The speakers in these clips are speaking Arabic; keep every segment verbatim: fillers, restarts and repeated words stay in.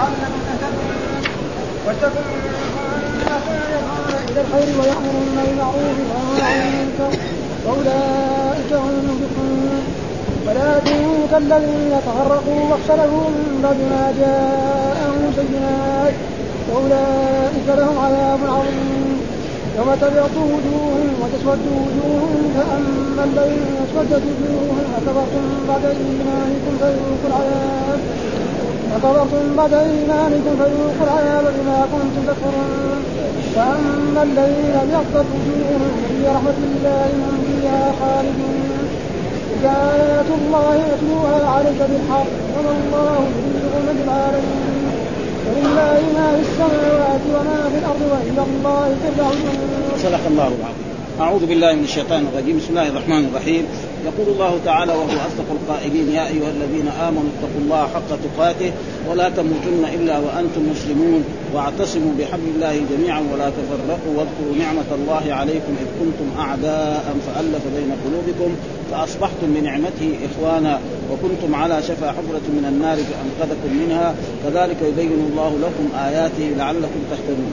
لعلكم تهتدون واتقوا إلى الخير ويأمرون بالمعروف وينهون عن المنكر وأولئك هم المفلحون ولا تكونوا كالذين تفرقوا واختلفوا من بعد ما جاءهم البينات وأولئك لهم عذاب عظيم يوم تبيض وجوههم وتسود وجوههم فأما الذين اسودت وجوههم أكفرتم بعد إيمانكم فذوقوا العذاب أكفرتم بعد إيمانكم فذوقوا العذاب بما كنتم تكفرون وأما الذين ابيضت وجوههم ففي رحمة الله هم فيها خالدون آيات الله يتلوها عليك بالحق وما الله يريد بالعالمين ولله ما في السماوات وما في الأرض وإلى الله ترجع الأمور. صدق الله العظيم. أعوذ بالله من الشيطان الرجيم. بسم الله الرحمن الرحيم. يقول الله تعالى وهو أصدق القائلين يا أيها الذين آمنوا اتقوا الله حق تقاته ولا تموتن إلا وأنتم مسلمون واعتصموا بحبل الله جميعا ولا تفرقوا واذكروا نعمة الله عليكم إذ كنتم أعداء فألف بين قلوبكم فأصبحتم بنعمته إخوانا وكنتم على شفا حفرة من النار فأنقذكم منها كذلك يبين الله لكم آياته لعلكم تهتدون.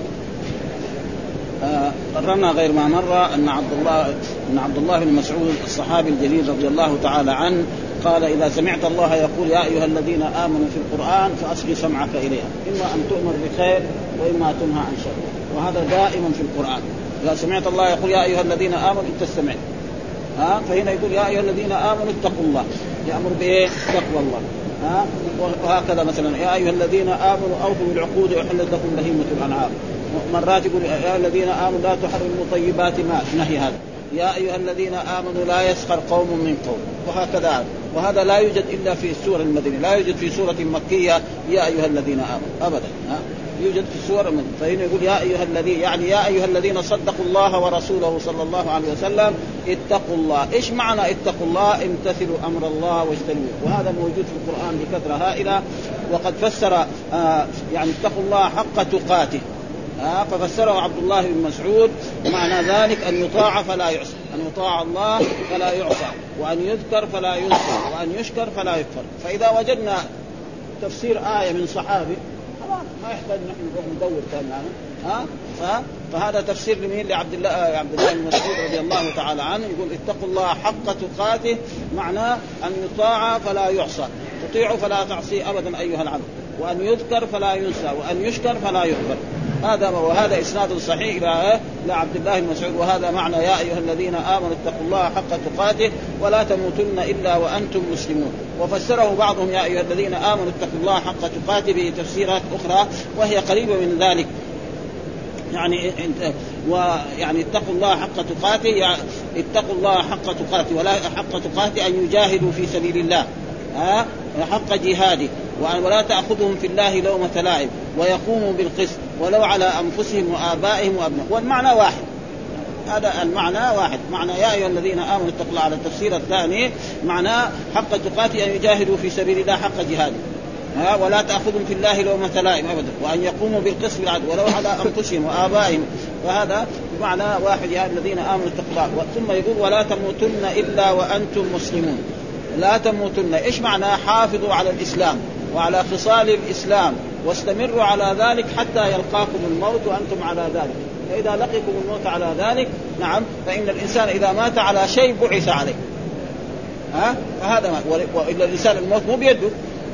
قررنا غير ما مر أن عبد الله أن عبد الله بن مسعود الصحابي الجليل رضي الله تعالى عنه قال إذا سمعت الله يقول يا أيها الذين آمنوا في القرآن فأصغ سمعك إليها إما أن تؤمر بخير وإما تنهى عن شر وهذا دائما في القرآن. إذا سمعت الله يقول يا أيها الذين آمنوا تستمع ها فهنا يقول يا أيها الذين آمنوا اتقوا الله يأمر بإيه تقوى الله ها وهكذا مثلا يا أيها الذين آمنوا أوفوا بالعقود وأحلت لكم بهيمة الأنعام. مرات يقول يا أيها الذين آمنوا لا تحرموا طيبات ما نهي هذا يا أيها الذين آمنوا لا يسخر قوم من قوم وهكذا. وهذا لا يوجد إلا في السورة المدنية لا يوجد في سورة مكية يا أيها الذين آمنوا أبدا ها يوجد في السورة المدنية. فهنا يقول يا أيها الذين يعني يا أيها الذين صدقوا الله ورسوله صلى الله عليه وسلم اتقوا الله. إيش معنى اتقوا الله؟ امتثلوا أمر الله واجتنبوه. وهذا موجود في القرآن بكثرة هائلة وقد فسر آه يعني اتقوا الله حق تقاته آه ففسره عبد الله بن مسعود معنى ذلك أن يطاع فلا يعصى أن يطاع الله فلا يعصى وأن يذكر فلا ينسى وأن يشكر فلا يكفر. فإذا وجدنا تفسير آية من صحابي ما يحتاج نحن نروح ندور ثاني ها ها فهذا تفسير لمين لعبد الله عبد الله بن مسعود رضي الله تعالى عنه يقول اتقوا الله حق تقاته معناه أن يطاع فلا يعصى تطيع فلا تعصي أبدا أيها العبد وأن يذكر فلا ينسى وأن يشكر فلا يكفر. هذا وهذا إسناد صحيح إلى لعبد الله بن مسعود. وهذا معنى يا أيها الذين آمنوا اتقوا الله حق تقاته ولا تموتن إلا وأنتم مسلمون. وفسره بعضهم يا أيها الذين آمنوا اتقوا الله حق تقاته بتفسيرات أخرى وهي قريبة من ذلك يعني ويعني اتقوا الله حق تقاته يعني اتقوا الله حق تقاته ولا حق تقاته أن يجاهدوا في سبيل الله ها حق جهاده ولا تأخذهم في الله لومة لائم ويقوموا بالقسط ولو على أنفسهم وآبائهم وأبنائهم. والمعنى واحد هذا المعنى واحد معنى يا أيها الذين آمنوا اتقوا الله. على التفسير الثاني معناه حق تقاته أن يجاهدوا في سبيل الله حق جهاده ها ولا تأخذهم في الله لومة لائم أبدا وأن يقوموا بالقسط بالعدل ولو على أنفسهم وآبائهم. فهذا بمعنى واحد يا الذين آمنوا اتقوا الله. ثم يقول ولا تموتن إلا وأنتم مسلمون. لا تموتن إيش معنى؟ حافظوا على الإسلام وعلى خصال الإسلام واستمروا على ذلك حتى يلقاكم الموت وأنتم على ذلك. فإذا لقيكم الموت على ذلك نعم فإن الإنسان إذا مات على شيء بعث عليه ها فهذا ما وإلا الإنسان الموت مو بيده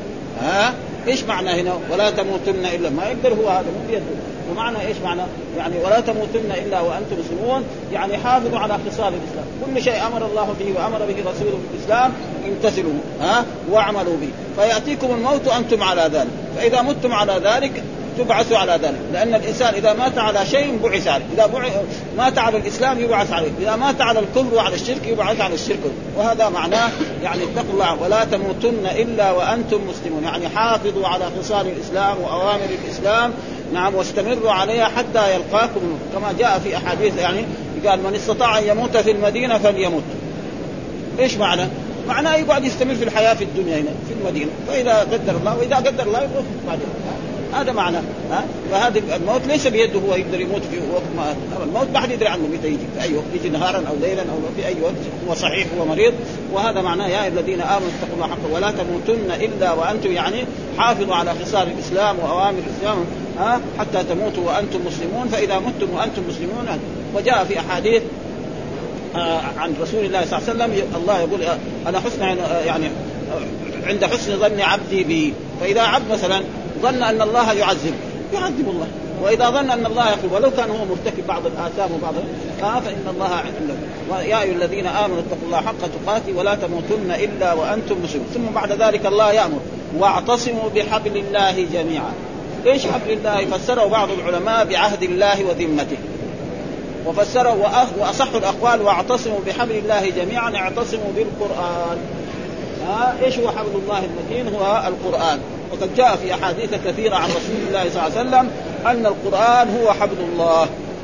ها إيش معنى هنا ولا تموتن إلا ما يقدر هو هذا مو بيده. ومعنى إيش معنى يعني ولا تموتن إلا وأنتم مسلمون يعني حافظوا على خصال الإسلام. كل شيء أمر الله به وأمر به رسوله في الإسلام امتثلوا ها واعملوا به فيأتيكم الموت وأنتم على ذلك. فإذا متم على ذلك تبعثوا على ذلك لأن الإنسان إذا مات على شيء بعث عليه. إذا مات على الإسلام يبعث عليه إذا مات على الكفر وعلى الشرك يبعث على الشرك. وهذا معناه يعني اتقوا الله ولا تموتن إلا وأنتم مسلمون يعني حافظوا على خصال الإسلام وأوامر الإسلام نعم واستمروا عليها حتى يلقاكم كما جاء في أحاديث يعني قال من استطاع أن يموت في المدينة فليموت. إيش معنى؟ معناه يقعد يستمر في الحياة في الدنيا هنا في المدينة فإذا قدر الله وإذا قدر الله يروح بعدين هذا معنى ها. فهذا الموت ليس بيده، هو يقدر يموت في وقت ما الموت ما حد يدري عنه متى يجي، في اي وقت يجي، نهارا او ليلا او في اي وقت، هو صحيح هو مريض. وهذا معناه يا الذين امنوا اتقوا الله حقا ولا تموتن الا وانتم، يعني حافظوا على خصال الاسلام واوامر الاسلام ها حتى تموتوا وانتم مسلمون، فاذا متم وانتم مسلمون. وجاء في احاديث آه عن رسول الله صلى الله عليه وسلم الله يقول انا حسن يعني عند حسن ظن عبدي بي. فاذا عبد مثلا ظن ان الله يعذب يعذب الله، واذا ظن ان الله يغفر ولو كان هو مرتكب بعض الاثام وبعض آه فان الله عنده. يا ايها الذين امنوا اتقوا الله حق تقاته ولا تموتن الا وانتم مسلمون. ثم بعد ذلك الله يامر واعتصموا بحبل الله جميعا. ايش حبل الله؟ فسره بعض العلماء بعهد الله وذمته، وفسره واصح الاقوال واعتصموا بحبل الله جميعا اعتصموا بالقران. ها ايش هو حبل الله المتين؟ هو القران. وقد جاء في احاديث كثيره عن رسول الله صلى الله عليه وسلم ان القران هو حبل الله،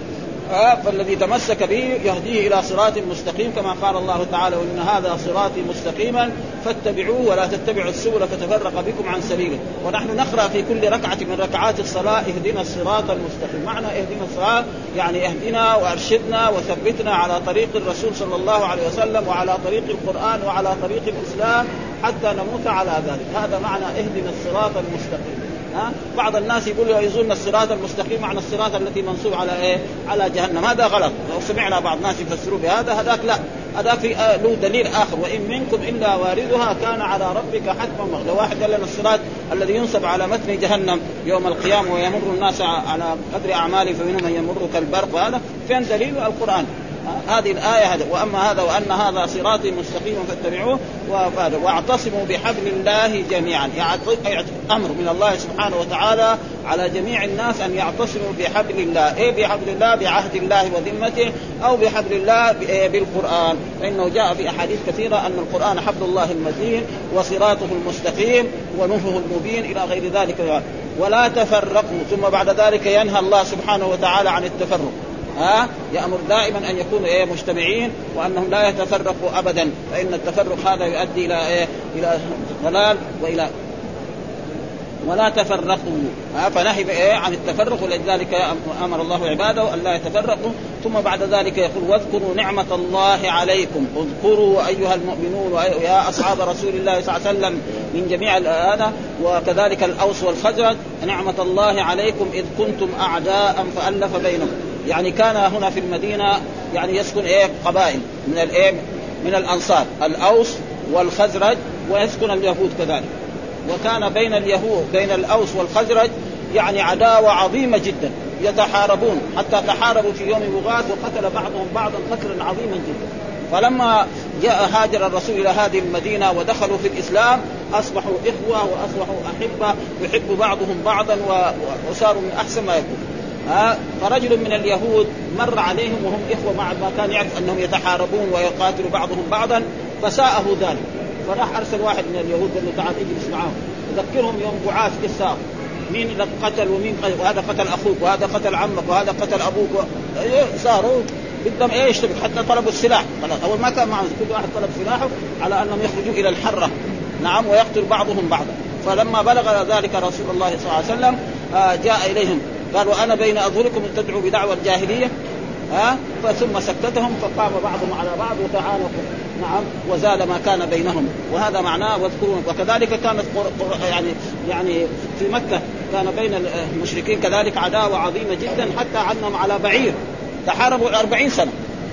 فالذي تمسك به يهديه إلى صراط مستقيم، كما قال الله تعالى وإن هذا صراطي مستقيما فاتبعوه ولا تتبعوا السبل فتفرق بكم عن سبيله. ونحن نقرأ في كل ركعة من ركعات الصلاة اهدنا الصراط المستقيم. معنى اهدنا الصراط يعني اهدنا وارشدنا وثبتنا على طريق الرسول صلى الله عليه وسلم وعلى طريق القرآن وعلى طريق الإسلام حتى نموت على ذلك. هذا معنى اهدنا الصراط المستقيم. ها؟ بعض الناس يقولوا يزون الصراط المستقيم معنى الصراط التي منصوب على إيه؟ على جهنم. هذا غلط. لو سمعنا بعض الناس يفسروا بهذا هذاك لا، هذا في آه له دليل آخر وإن منكم إلا واردها كان على ربك حتما مقضيا. واحد قال لنا الصراط الذي ينصب على متن جهنم يوم القيامة ويمر الناس على قدر أعمالهم فمنهم من يمر كالبرق، وهذا فين دليل؟ القرآن. هذه الآية هذا وأما هذا وأن هذا صراطي مستقيما فاتبعوه واعتصموا بحبل الله جميعا. يعني أمر من الله سبحانه وتعالى على جميع الناس أن يعتصموا بحبل الله. إيه بحبل الله؟ بعهد الله وذمته، أو بحبل الله بالقرآن، فإنه جاء في أحاديث كثيرة أن القرآن حبل الله المتين وصراطه المستقيم ونوحه المبين إلى غير ذلك. ولا تفرقوا. ثم بعد ذلك ينهى الله سبحانه وتعالى عن التفرق. ها يأمر دائما أن يكونوا إيه مجتمعين وأنهم لا يتفرقوا أبدا، فإن التفرق هذا يؤدي إلى إيه إلى ضلال وإلى ولا تفرقوا. ها فنهي إيه عن التفرق، ولذلك أمر الله عباده أن لا يتفرقوا. ثم بعد ذلك يقول واذكروا نعمة الله عليكم. اذكروا أيها المؤمنون ويا أصحاب رسول الله صلى الله عليه وسلم من جميع هذا وكذلك الأوس والخزرج نعمة الله عليكم إذ كنتم أعداء فألف بينهم. يعني كان هنا في المدينة يعني يسكن إيه قبائل من الإيه من الأنصار الأوس والخزرج ويسكن اليهود كذلك. وكان بين اليهود بين الأوس والخزرج يعني عداوة عظيمة جدا، يتحاربون حتى تحاربوا في يوم بغاث وقتل بعضهم بعضا قتلا عظيما جدا. فلما جاء هاجر الرسول إلى هذه المدينة ودخلوا في الإسلام أصبحوا إخوة وأصبحوا أحبة يحب بعضهم بعضا وصاروا من أحسن ما يكون. ها فرجل من اليهود مر عليهم وهم إخوة مع ما كان يعرف أنهم يتحاربون ويقاتلوا بعضهم بعضا فساءه ذلك، فراح أرسل واحد من اليهود قال له تعال اجلس معهم يذكرهم يوم بعاث قصة مين اللي قتل ومين قتل، وهذا قتل أخوك وهذا قتل عمك وهذا قتل أبوك و... صاروا بدهم إيش حتى طلبوا السلاح. أول ما كان معهم كل واحد طلب سلاحه على أنهم يخرجوا إلى الحرة نعم ويقتل بعضهم بعضا. فلما بلغ ذلك رسول الله صلى الله عليه وسلم جاء إليهم قالوا أنا بين أظهركم تدعو بدعوى الجاهلية ها فثم سكتهم فقام بعضهم على بعض وتعانقوا نعم وزال ما كان بينهم. وهذا معناه واذكرون. وكذلك كانت يعني يعني في مكة كان بين المشركين كذلك عداوة عظيمة جدا حتى عنهم على بعير تحاربوا أربعين سنة.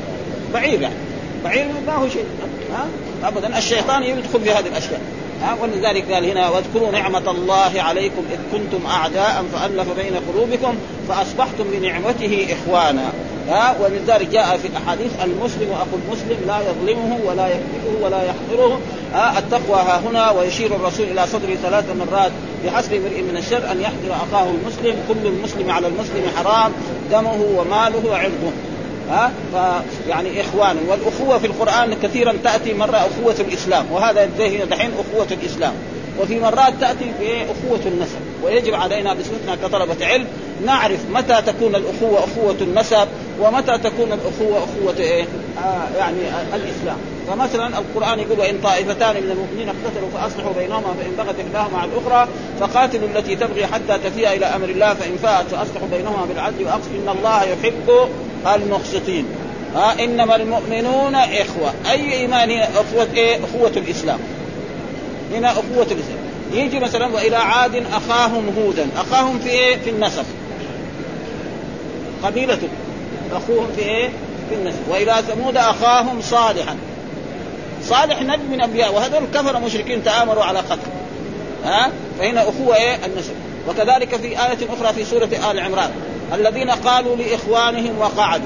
بعير يعني بعير ما هو شيء ها أبدا، الشيطان يدخل في هذه الأشياء. ولذلك قال هنا واذكروا نعمة الله عليكم إذ كنتم أعداء فألف بين قلوبكم فأصبحتم بنعمته إخوانا. ها ولذلك جاء في الأحاديث المسلم أخو المسلم لا يظلمه ولا يكذبه ولا يحقره. ها التقوى ها هنا ويشير الرسول إلى صدره ثلاث مرات بحسب امرئ من الشر أن يحقر أخاه المسلم. كل المسلم على المسلم حرام دمه وماله وعرضه. ها يعني إخوان. والأخوة في القرآن كثيرا تأتي مرة أخوة الإسلام وهذا هنا دحين أخوة الإسلام وفي مرات تأتي في أخوة النسب. ويجب علينا بصفتنا كطلبة علم نعرف متى تكون الأخوة أخوة النسب ومتى تكون الأخوة أخوة إيه؟ آه يعني الإسلام. فمثلا القرآن يقول وإن طائفتان من المؤمنين اقتتلوا فأصلحوا بينهما فإن بغت إحداهما على الأخرى فقاتلوا التي تبغي حتى تفيء إلى أمر الله فإن فاءت فأصلحوا بينهما بالعدل وأقسطوا إن الله يحب المقسطين. ها إنما المؤمنون إخوة. أي إيمان هنا أخوة إيه؟ أخوة الإسلام. هنا أخوة الإسلام. يجي مثلا وإلى عاد أخاهم هودا. أخاهم في إيه؟ في النسب قبيلته أخوهم في إيه؟ في النسب. وإلى ثمود أخاهم صالحا. صالح نبي من أنبياء وهذول كفر مشركين تآمروا على قتل. ها فهنا أخوة إيه؟ النسب. وكذلك في آية أخرى في سورة آل عمران الذين قالوا لإخوانهم وقعدوا.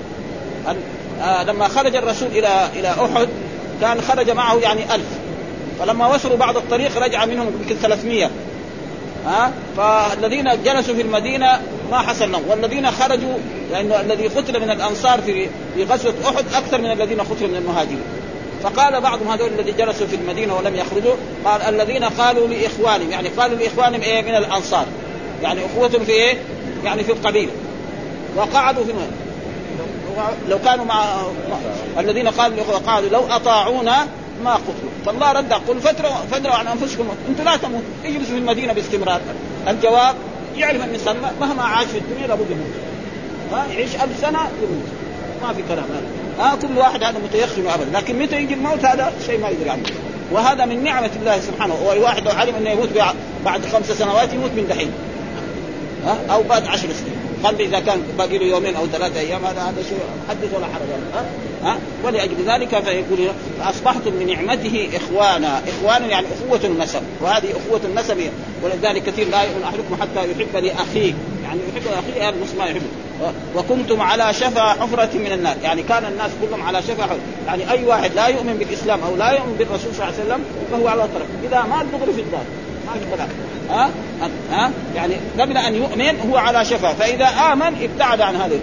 آه لما خرج الرسول إلى إلى أحد كان خرج معه يعني ألف، فلما وصلوا بعض الطريق رجع منهم يمكن ثلاثمية. ها فالذين جلسوا في المدينة ما حصل لهم، والذين خرجوا لأنه الذي قتل من الأنصار في في غزوة أحد أكثر من الذين قتلوا من المهاجرين. فقال بعضهم هذول الذي جلسوا في المدينة ولم يخرجوا قال الذين قالوا لإخوانهم يعني قالوا لإخوانهم إيه من الأنصار يعني أخوتهم في إيه يعني في القبيلة وقعدوا في المدينة. لو كانوا مع الذين قالوا قالوا لو أطاعونا ما قتلوا. فالله رد قل فتروا فتروا عن أنفسكم أنتم لا تموتوا اجلسوا في المدينة باستمرار. الجواب يعرف أن الإنسان مهما عاش في الدنيا لابد يموت. ها يعيش ألف سنة يموت ما في كلام هذا. ها كل واحد هذا متيقن أبدا، لكن متى يجي الموت هذا شيء ما يدري عنه. وهذا من نعمة الله سبحانه. وواحد لو علم أنه يموت بعد خمس سنوات يموت من دحين ها أو بعد عشر سنين. قال إذا كان باقي له يومين أو ثلاثة أيام هذا هذا شيء حدث ولا حرج. ها ها ولأجل ذلك فيقول فأصبحتم بنعمته إخوانا. إخوانا يعني أخوة النسب، وهذه أخوة النسب. ولذلك كثير لا يؤمن أحدكم حتى يحب لأخيه يعني يحب أخيه هذا المسلم يحب. وكنتم على شفا حفرة من النار يعني كان الناس كلهم على شفا حفرة يعني أي واحد لا يؤمن بالإسلام أو لا يؤمن بالرسول صلى الله عليه وسلم فهو على طرف إذا ما دغري في الدار ما في كلام. ها ها يعني قبل أن يؤمن هو على شفا فإذا آمن ابتعد عن هذه.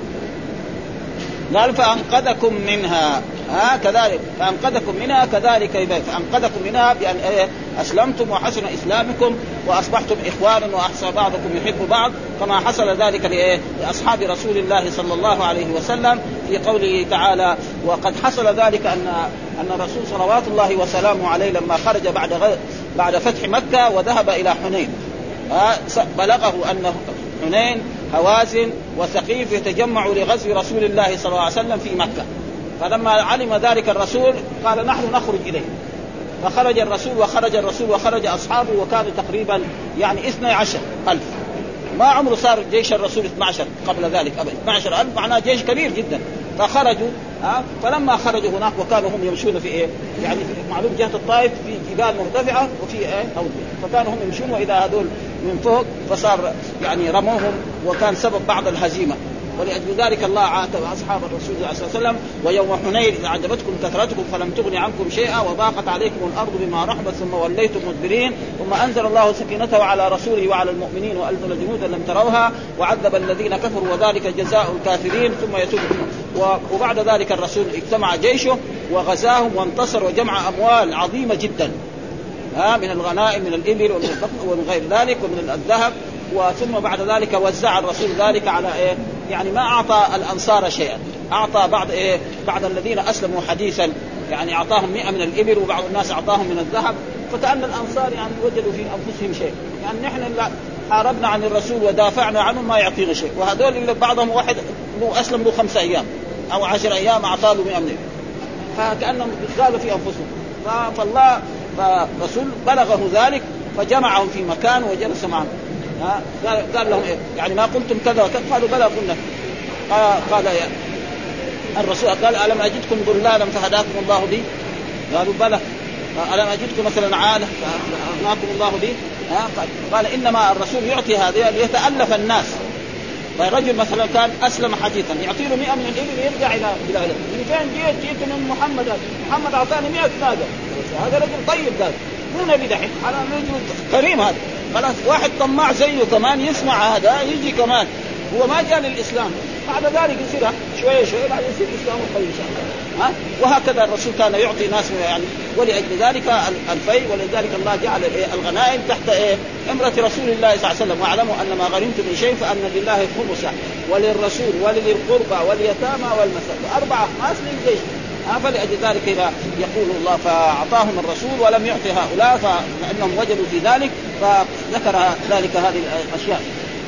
قال فأنقذكم منها. ها كذلك فأنقذكم منها كذلك يبين فأنقذكم منها بأن أسلمتم وحسن إسلامكم وأصبحتم إخوانا وأحسن بعضكم يحب بعض كما حصل ذلك لأصحاب رسول الله صلى الله عليه وسلم في قوله تعالى وقد حصل ذلك أن أن الرسول صلوات الله وسلامه عليه لما خرج بعد غ... بعد فتح مكة وذهب إلى حنين بلغه أن حنين هوازن وثقيف يتجمعوا لغزو رسول الله صلى الله عليه وسلم في مكة. فلما علم ذلك الرسول قال نحن نخرج إليه. فخرج الرسول وخرج الرسول وخرج أصحابه وكانوا تقريبا يعني اثني عشر ألف. ما عمره صار جيش الرسول اثني عشر قبل ذلك أبدا. اثني عشر ألف معناه جيش كبير جدا. فخرجوا ها فلما خرجوا هناك وكانوا هم يمشون في إيه يعني في معلوم جهة الطائف في جبال مرتفعة وفي إيه أودية فكانوا هم يمشون وإذا هذول من فوق فصار يعني رموهم وكان سبب بعض الهزيمة. ولأجل ذلك الله عاتب أصحاب الرسول صلى الله عليه وسلم ويوم حنين إذا عجبتكم كثرتكم فلم تغن عنكم شيئا وضاقت عليكم الأرض بما رحبت ثم وليتم مدبرين ثم أنزل الله سكينته على رسوله وعلى المؤمنين وأنزل جنودا لم تروها وعذب الذين كفروا وذلك جزاء الكافرين ثم يتوب. وبعد ذلك الرسول اجتمع جيشه وغزاهم وانتصر وجمع أموال عظيمة جدا ها من الغنائم من الإبل ومن البقر ومن غير ذلك ومن الذهب. وثم بعد ذلك وزع الرسول ذلك على إيه يعني ما أعطى الأنصار شيئا أعطى بعض إيه بعض الذين أسلموا حديثا يعني أعطاهم مئة من الإبل وبعض الناس أعطاهم من الذهب. فكأن الأنصار يعني وجدوا في أنفسهم شيء يعني نحن اللي حاربنا عن الرسول ودافعنا عنه ما يعطينا شيء وهذول اللي بعضهم واحد أسلم له خمسة أيام أو عشر أيام أعطاه له مئة من الإبل فكأنهم قالوا في أنفسهم. فالله فالرسول بلغه ذلك فجمعهم في مكان وجلس معهم. قال, قال لهم إيه؟ يعني ما قلتم كذا وكذا قالوا بلى قلنا. قال يا الرسول قال ألم أجدكم ضلالا فهداكم الله بي قالوا بلى. ألم أجدكم مثلا عالة فأغناكم الله بي قال, قال إنما الرسول يعطي هذا ليتألف الناس. فالرجل مثلا كان أسلم حديثا يعطي له مئة من الإبل يرجع إلى بلاده من فين جيت جيت من محمد محمد أعطاني مئة ناقة هذا رجل طيب قال مو نبي دحين على رجل كريم هذا خلاص. واحد طماع زيه كمان يسمع هذا يجي كمان هو ما جاء للإسلام بعد ذلك يصير شويه شويه بعد يصير الاسلام قوي ان شاء الله. ها وهكذا الرسول كان يعطي ناس يعني، ولأجل ذلك الفيء، ولذلك الله جعل الغنائم تحت إيه امرة رسول الله صلى الله عليه وسلم. واعلموا أن ما غنمتم من شيء فأن لله خمسه وللرسول ولذي القربى واليتامى والمساكين، أربعة خماس للجيش. فلأجل ذلك يقول الله فأعطاهم الرسول ولم يعطي هؤلاء فإنهم وجدوا في ذلك، فذكر ذلك هذه الأشياء.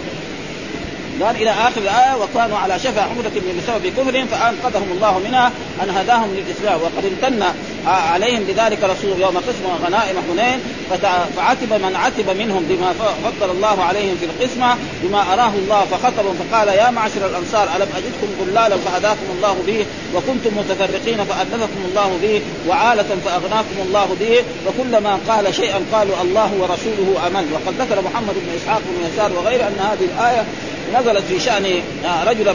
قال إلى آخر الآية وكانوا على شفا حفرة بسبب كفرهم فأنقذهم الله منها أن هداهم للإسلام. وقد امتن عليهم بذلك رسول يوم قسم غنائم حنين، فعتب من عتب منهم بما فضل الله عليهم في القسمة بما أراه الله، فخطبهم فقال يا معشر الأنصار ألم أجدكم ضلالا فهداكم الله به، وكنتم متفرقين فألفكم الله به، وعالة فأغناكم الله به، وكلما قال شيئا قالوا الله ورسوله أمن. وقد ذكر محمد بن إسحاق بن يسار وغير أن هذه الآية نزلت في شأن رجلا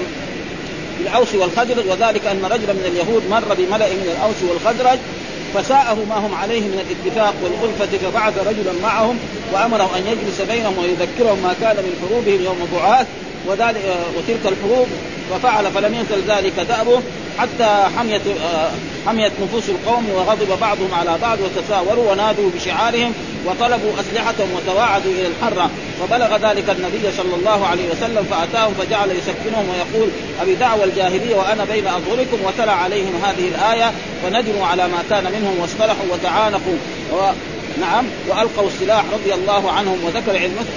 الأوس والخزرج، وذلك أن رجلا من اليهود مر بملأ من الأوس والخزرج فساءه ما هم عليه من الاتفاق والألفة، فبعث رجلا معهم وأمره أن يجلس بينهم ويذكرهم ما كان من حروبهم يوم بعاث وذلك وتلك الحروب، ففعل فلم يزل ذلك دأبه حتى حميت حميت نفوس القوم، وغضب بعضهم على بعض وتساوروا ونادوا بشعارهم وطلبوا أسلحتهم وتواعدوا إلى الحرة، فبلغ ذلك النبي صلى الله عليه وسلم فأتاهم فجعل يسكنهم ويقول أبي دعوى الجاهلية وأنا بين أظهركم، وتلا عليهم هذه الآية فندموا على ما كان منهم واصطلحوا وتعانقوا و... نعم وألقوا السلاح رضي الله عنهم. وذكر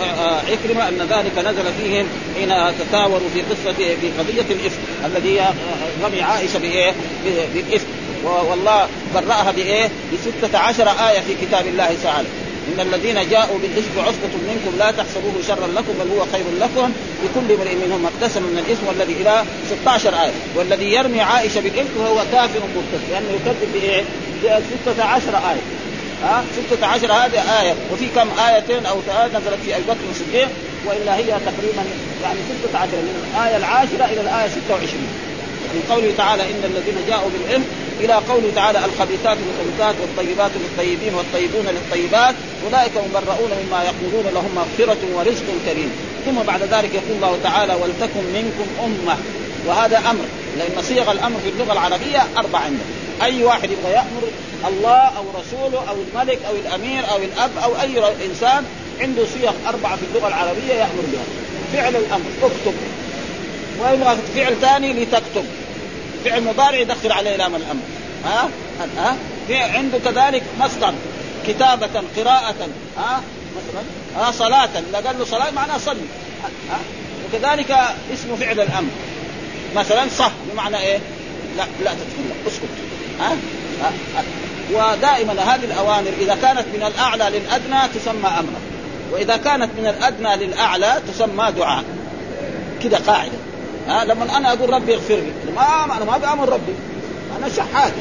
عكرمة أن ذلك نزل فيهم حين تساوروا في قصة في قضية الإفك الذي رمي عائشة بإيه بالإفك، والله برأها بإيه بستة عشر آية في كتاب الله تعالى إن الذين جاءوا بالإفك عصبة منكم لا تحسبوه شرا لكم بل هو خير لكم لكل امرئ منهم اقتسم من الإثم والذي إلى ستة عشر آية. والذي يرمي عائشة بالإفك فهو كافر مرتد لأنه يعني يكذب بإيه ستة عشر آية. ها ستة عشر هذه آية، وفي كم آيتين أو ثلاث نزلت في أبي بكر الصديق، وإلا هي تقريبا يعني ستة عشر من الآية العاشرة إلى الآية ستة وعشرين من قوله تعالى إن الذين جاءوا بالإفك إلى قوله تعالى الخبيثات للخبيثات والطيبات للطيبين والطيبون للطيبات أولئك مبرؤون مما يقولون لهم مغفرة ورزق كريم. ثم بعد ذلك يقول الله تعالى ولتكن منكم أمة، وهذا أمر لأن صيغ الأمر في اللغة العربية أربع عندنا، أي واحد يبغى يأمر الله أو رسوله أو الملك أو الأمير أو الأب أو أي إنسان عنده صيغ أربعة في اللغة العربية يأمر بها. فعل الأمر اكتب، ويبغى فعل ثاني لتكتب، فعل مضارع يدخل عليه لام الأمر. ها ها في عنده كذلك مصدر كتابة قراءة، ها مثلا ها صلاة إذا قال له صلاة معناه صلي، ها وكذلك اسم فعل الأمر مثلا صح بمعنى إيه لا لا تتكلم اسكت. ها ها ودائما هذه الأوامر إذا كانت من الأعلى للأدنى تسمى أمرا، وإذا كانت من الأدنى للأعلى تسمى دعاء. كده قاعدة. ها لما أنا أقول ربي اغفر لي ما أنا ما بأمر ربي، أنا شحات.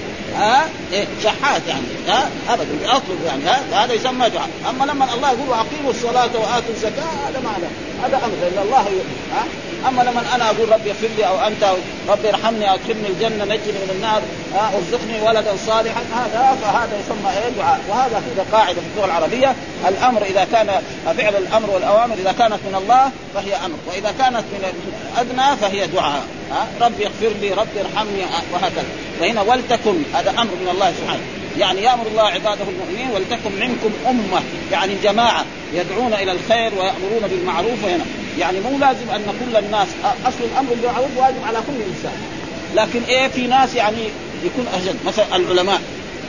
ها إيه شحات يعني ها أبدا أطلب يعني ها هذا يسمى دعاء. أما لما الله يقول أقيموا الصلاة وآتوا الزكاة هذا معنى هذا أمر لأن الله ها. أما لما أنا أقول ربي اغفر لي أو أنت ربي ارحمني أدخلني الجنة نجني من النار ارزقني ولدا صالحا هذا فهذا يسمى إيه دعاء. وهذا كده قاعدة في اللغة العربية الأمر إذا كان فعل الأمر والأوامر إذا كانت من الله فهي أمر، وإذا كانت من أدنى فهي دعاء. ها ربي اغفر لي ربي ارحمني وهكذا. فهنا ولتكن هذا أمر من الله سبحانه، يعني يأمر الله عباده المؤمنين ولتكن منكم أمة يعني جماعة يدعون إلى الخير ويأمرون بالمعروف. هنا يعني مو لازم أن كل الناس أصل الأمر بالمعروف واجب على كل إنسان، لكن إيه في ناس يعني يكون أجد مثلا العلماء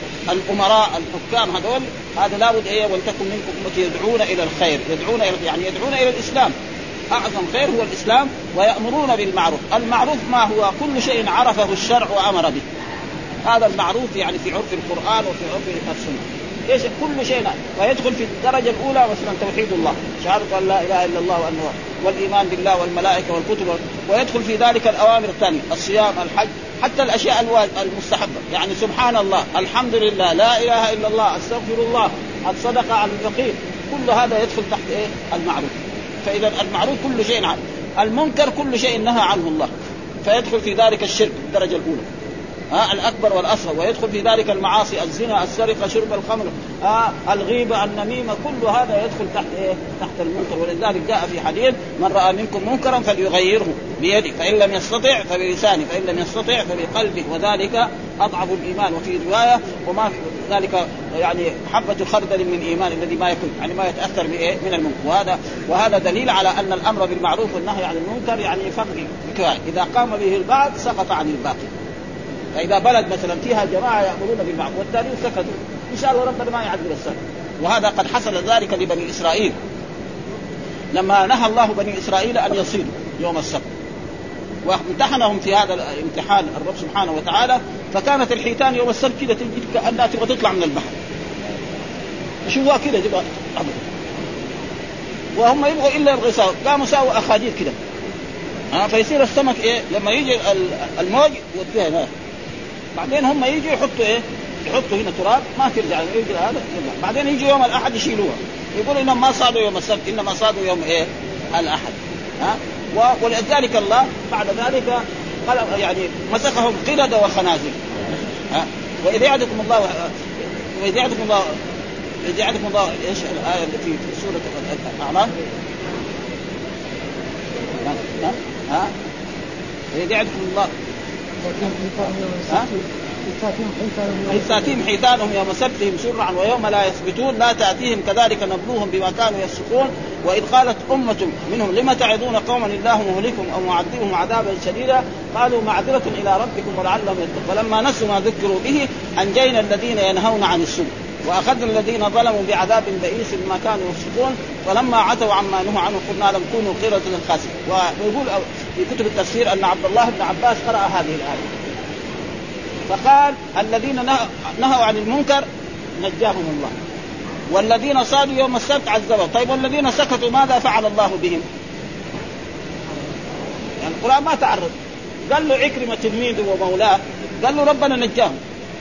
الأمراء الحكام هذول هذا لابد إيه ولتكن منكم أمة يدعون إلى الخير يدعون إلى يعني يدعون إلى الإسلام. أعظم خير هو الإسلام ويأمرون بالمعروف. المعروف ما هو كل شيء عرفه الشرع وأمر به، هذا المعروف يعني في عرف القرآن وفي عرف السنة إيش كل شيء، ويدخل في الدرجة الأولى مثلا توحيد الله شهادة أن لا إله إلا الله وأنه والإيمان بالله والملائكة والكتب، ويدخل في ذلك الأوامر الثانية الصيام الحج حتى الأشياء المستحبة يعني سبحان الله الحمد لله لا إله إلا الله أستغفر الله الصدقة على الفقير كل هذا يدخل تحت إيه المعروف. فإذا المعروف كل شيء عنه، المنكر كل شيء نهى عنه الله فيدخل في ذلك الشرك الدرجة الأولى. ها الأكبر والأصغر، ويدخل في ذلك المعاصي الزنا السرقة شرب الخمر ها الغيبة النميمة، كل هذا يدخل تحت إيه؟ تحت المنكر. ولذلك جاء في حديث من رأى منكم منكرا فليغيره بيده فإن لم يستطع فبلسانه فإن لم يستطع فبقلبه وذلك أضعف الإيمان. وفي رواية وما ذلك يعني حبة خردل من إيمان الذي ما يكون يعني ما يتأثر بإيه من المنكر. وهذا وهذا دليل على أن الأمر بالمعروف والنهي عن المنكر يعني فرق كفاية، إذا قام به البعض سقط عن الباقي. فإذا بلد مثلا فيها جماعة يأمرون بالمعروف والتانيين سكتوا إن شاء الله ربنا ما يعذب السنة. وهذا قد حصل ذلك لبني إسرائيل لما نهى الله بني إسرائيل أن يصيدوا يوم السبت، وامتحنهم في هذا الامتحان الرب سبحانه وتعالى، فكانت الحيتان يوم السبت كده تجي كأنها تبغى تطلع من البحر، شوفوا كده تبغى وهم يبغوا إلا الغصاء، قاموا ساووا أخاديد كده ها فيصير السمك إيه لما يجي الموج يوديها هنا، بعدين هم يجي يحطوا إيه يحطوا هنا تراب ما ترجع يجي هذا يرجع. بعدين يجي يوم الأحد يشيلوها يقول إنهم ما صادوا يوم السبت إنما صادوا يوم إيه الأحد ها. ولذلك الله بعد ذلك قال يعني مسخهم قردة وخنازير ها. وإذا يعدكم الله وإذا يعدكم الله إذا يعدكم الله إيش الآية في سورة الأعراف ها ها إذا يعدكم الله ها تأتيهم حيتانهم يوم سبتهم سرعا ويوم لا يثبتون لا تأتيهم كذلك نبلوهم بما كانوا يفسقون. وإذ قالت أمة منهم لما تعظون قوما الله مهلكهم أو معذبهم عذابا شديدا قالوا معذرة إلى ربكم ولعلهم يتقون فلما نسوا ما ذكروا به أنجينا الذين ينهون عن السوء وأخذنا الذين ظلموا بعذاب بئيس بما كانوا يفسقون فلما عتوا عما نهوا عنه قلنا لم كونوا قردة خاسئين. ويقول في كتب التفسير أن عبد الله بن عباس قرأ هذه الآية فقال الذين نهوا عن المنكر نجاهم الله والذين صادوا يوم السبت عذبوا. طيب والذين سكتوا ماذا فعل الله بهم؟ يعني القرآن ما تعرض، قال له عكرمة تلميذه ومولاه قال له ربنا نجاهم،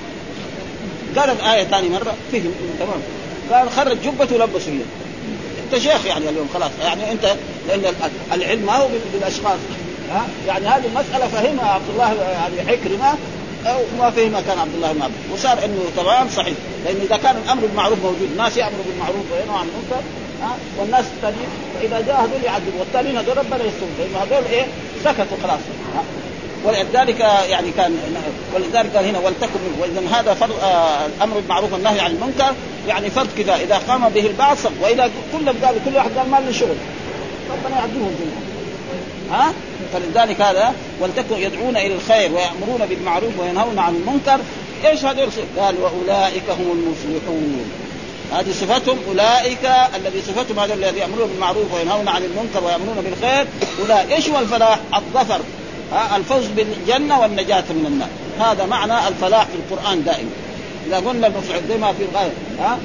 قال الآية ثاني مرة فهم تمام قال خرج جبته ولبسه له. انت شيخ يعني اليوم خلاص يعني انت لأن العلم ما هو بالأشخاص ها يعني هذه المسألة فهمها عبد الله يعني عكرمة أو ما فهمها كان عبد الله بن عباس وصار إنه تمام صحيح. لأن إذا كان الأمر بالمعروف موجود الناس يأمروا بالمعروف وينهوا عن المنكر ها والناس الثانيين فإذا جاء هذول يعذبوا والثانيين هذول ربنا يستر لأن هذول إيه سكتوا خلاص ها. ولذلك يعني كان ولذلك قال هنا ولتكن وإذا هذا فرض آه الأمر بالمعروف والنهي عن المنكر يعني فرض كذا إذا قام به البعض صب وإذا كلهم قالوا كل واحد قال ما له شغل ربنا يعذبهم جميعا ها. فلذلك هذا ولتكن يدعون إلى الخير ويأمرون بالمعروف وينهون عن المنكر. إيش هذا قال وأولئك هم المفلحون هذه صفتهم أولئك الذي صفتهم هذا الذي يأمرون بالمعروف وينهون عن المنكر ويأمرون بالخير أولئك. إيش هو الفلاح؟ الظفر ها الفوز بالجنة والنجاة من النار. هذا معنى الفلاح في القرآن دائما. إذا قلنا المفلح زي ما في الغاية ها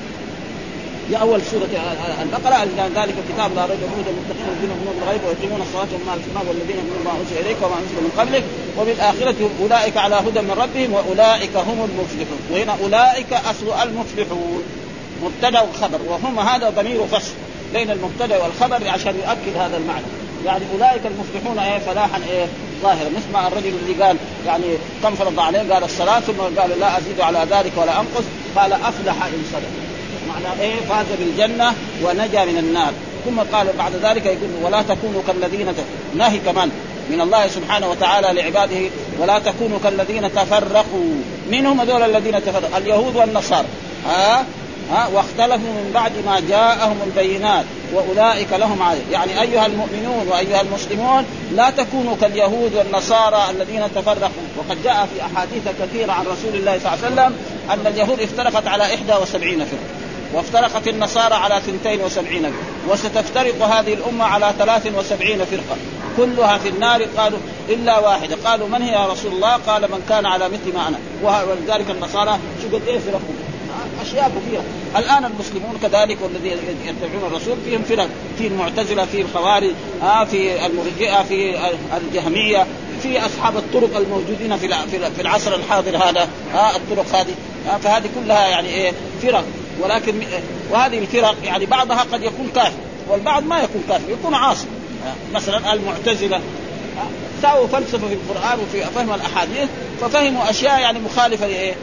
يا أول سورة البقرة ذلك الكتاب لا ريب فيه للمتقين الذين يؤمنون بالغيب ويقيمون الصلاة ومما رزقناهم والذين يؤمنون بما أنزل إليك وما أنزل من قبلك وبالآخرة أولئك على هدى من ربهم وأولئك هم المفلحون. وهنا أولئك أصل المفلحون مبتدأ وخبر وهم هذا ضمير فصل بين المبتدأ والخبر عشان يؤكد هذا المعنى. يعني أولئك المفلحون إيه فلاحا إيه ظاهرا. نسمع الرجل الذي قال يعني كم فرض عليه قال الصلاة ثم قال لا أزيد على ذلك ولا أنقص قال أفلح إن صدق معنى إيه فاز بالجنة ونجا من النار. ثم قال بعد ذلك يقول ولا تكونوا كالذين نهي كمان من الله سبحانه وتعالى لعباده ولا تكونوا كالذين تفرقوا منهم هذول الذين تفرقوا اليهود والنصارى ها ها واختلفوا من بعد ما جاءهم البينات وأولئك لهم عذاب. يعني أيها المؤمنون وأيها المسلمون لا تكونوا كاليهود والنصارى الذين تفرقوا. وقد جاء في أحاديث كثيرة عن رسول الله صلى الله عليه وسلم أن اليهود افترقت على إحدى وسبعين فرقة وافترقت النصارى على ثنتين وسبعين فرقة وستفترق هذه الأمة على ثلاث وسبعين فرقة كلها في النار. قالوا إلا واحدة قالوا من هي يا رسول الله؟ قال من كان على مثل ما أنا. ولذلك النصارى شو قد إيه فرقوا أشياء كثيرة. الآن المسلمون كذلك والذين يتبعون الرسول فيهم فرق في المعتزلة في الخوارج آه في المرجئة في الجهمية في أصحاب الطرق الموجودين في في العصر الحاضر هذا آه الطرق هذه آه فهذه كلها يعني إيه فرق. ولكن وهذه الفرق يعني بعضها قد يكون كافر والبعض ما يكون كافر يكون عاصي. آه مثلا المعتزلة ساووا فلسفة في القرآن وفي فهم الأحاديث، ففهموا أشياء يعني مخالفة لإيه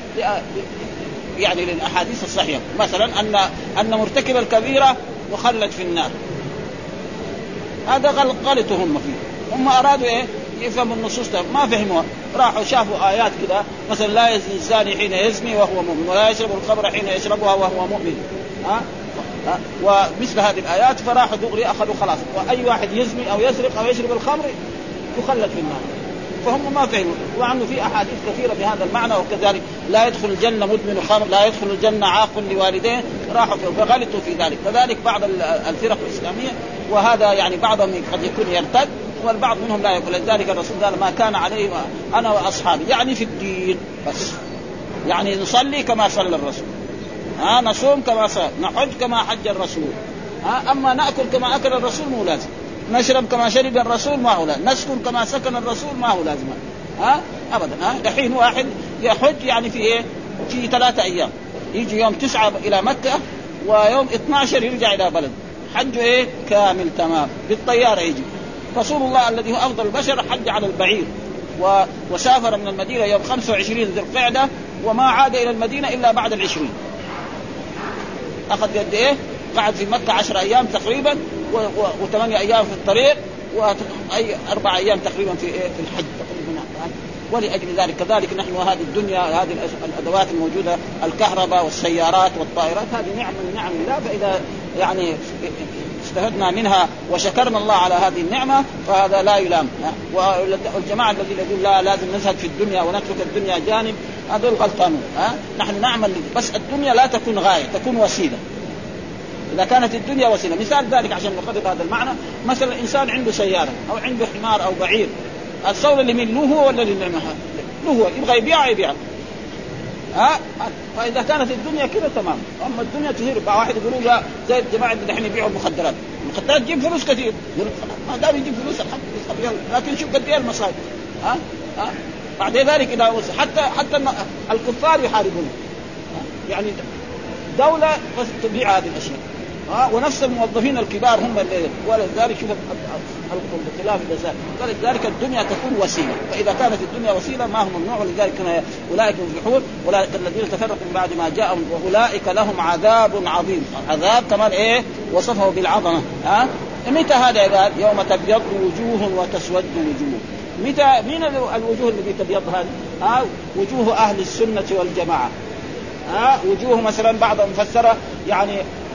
يعني للأحاديث الصحيحة. مثلا أن أن مرتكب الكبيرة مخلد في النار، هذا غلط هم فيه. هم أرادوا إيه يفهموا النصوص، ما فهموها، راحوا شافوا آيات كده مثلا لا يزني الزاني حين يزني وهو مؤمن، ولا يشرب الخمر حين يشربها وهو مؤمن، ها أه؟ ومثل هذه الآيات، فراحوا دغري أخذوا خلاص، وأي واحد يزني أو يسرق أو يشرب الخمر يخلد في النار. فهم ما فهموا، وعنه في أحاديث كثيرة بهذا المعنى. وكذلك لا يدخل الجنة مدمن خمر، لا يدخل الجنة عاق لوالديه، راحوا فغلطوا في ذلك. كذلك بعض الفرق الإسلامية، وهذا يعني بعضهم قد يكون يرتد والبعض منهم لا يقول. لذلك الرسول قال ما كان عليه أنا وأصحابي، يعني في الدين بس، يعني نصلي كما صلى الرسول، ها نصوم كما صام، نحج كما حج الرسول، ها أما نأكل كما أكل الرسول مو لازم، نشرب كما شرب الرسول ما هو لازم، نسكن كما سكن الرسول ما هو لازم، ها أبدا. ها دحين واحد يحج يعني في إيه في ثلاثة أيام، يجي يوم تسعة إلى مكة ويوم اثنا عشر يرجع إلى بلد، حجه إيه كامل تمام بالطيارة يجي. رسول الله الذي هو أفضل البشر حج على البعير، وسافر من المدينة يوم خمسة وعشرين ذي القعدة، وما عاد إلى المدينة إلا بعد العشرين. أخذ قد إيه؟ قعد في مكة عشر أيام تقريبا، وثمانية أيام في الطريق، وأي أربع أيام تقريبا في إيه؟ في الحج تقريبا. ولأجل ذلك كذلك نحن هذه الدنيا، هذه الأدوات الموجودة، الكهرباء والسيارات والطائرات، هذه نعم من نعم الله، فإذا يعني استفدنا منها وشكرنا الله على هذه النعمة فهذا لا يلام. والجماعة الذين يقول لا لازم نزهد في الدنيا ونترك الدنيا جانب، هذول غلطانون. ها نحن نعمل، بس الدنيا لا تكون غاية، تكون وسيلة. إذا كانت الدنيا وسيلة، مثال ذلك عشان نقرب هذا المعنى، مثلا إنسان عنده سيارة أو عنده حمار أو بعير، الصولة اللي من له هو ولا للنعمة؟ له هو، يبغى يبيع يبيع. ها فإذا كانت الدنيا كذا تمام. أما الدنيا تهير، بقى واحد يقولوا لا زي الجماعة اللي دحين يبيعوا المخدرات، المخدرات تجيب فلوس كثير، ما دام يجيب فلوس الحمد لله، لكن شوف قد إيه المصائب. ها ها بعد ذلك إذا حتى حتى الكفار يحاربون، يعني دولة تبيع هذه الأشياء، ها ونفس الموظفين الكبار هم اللي، ولذلك شوف الخلاف الجزاء. ولذلك الدنيا تكون وسيلة، فإذا كانت الدنيا وسيلة ما هم ممنوع. ولذلك أولئك يفلحون، أولئك الذين تفرقوا من بعد ما جاءهم، وأولئك لهم عذاب عظيم. عذاب كمان إيه وصفه بالعظمة. ها متى هذا قال؟ يوم تبيض وجوه وتسود وجوه. متى مين الوجوه التي تبيض هذه؟ ها وجوه أهل السنة والجماعة. ها وجوه مثلا بعض مفسرة يعني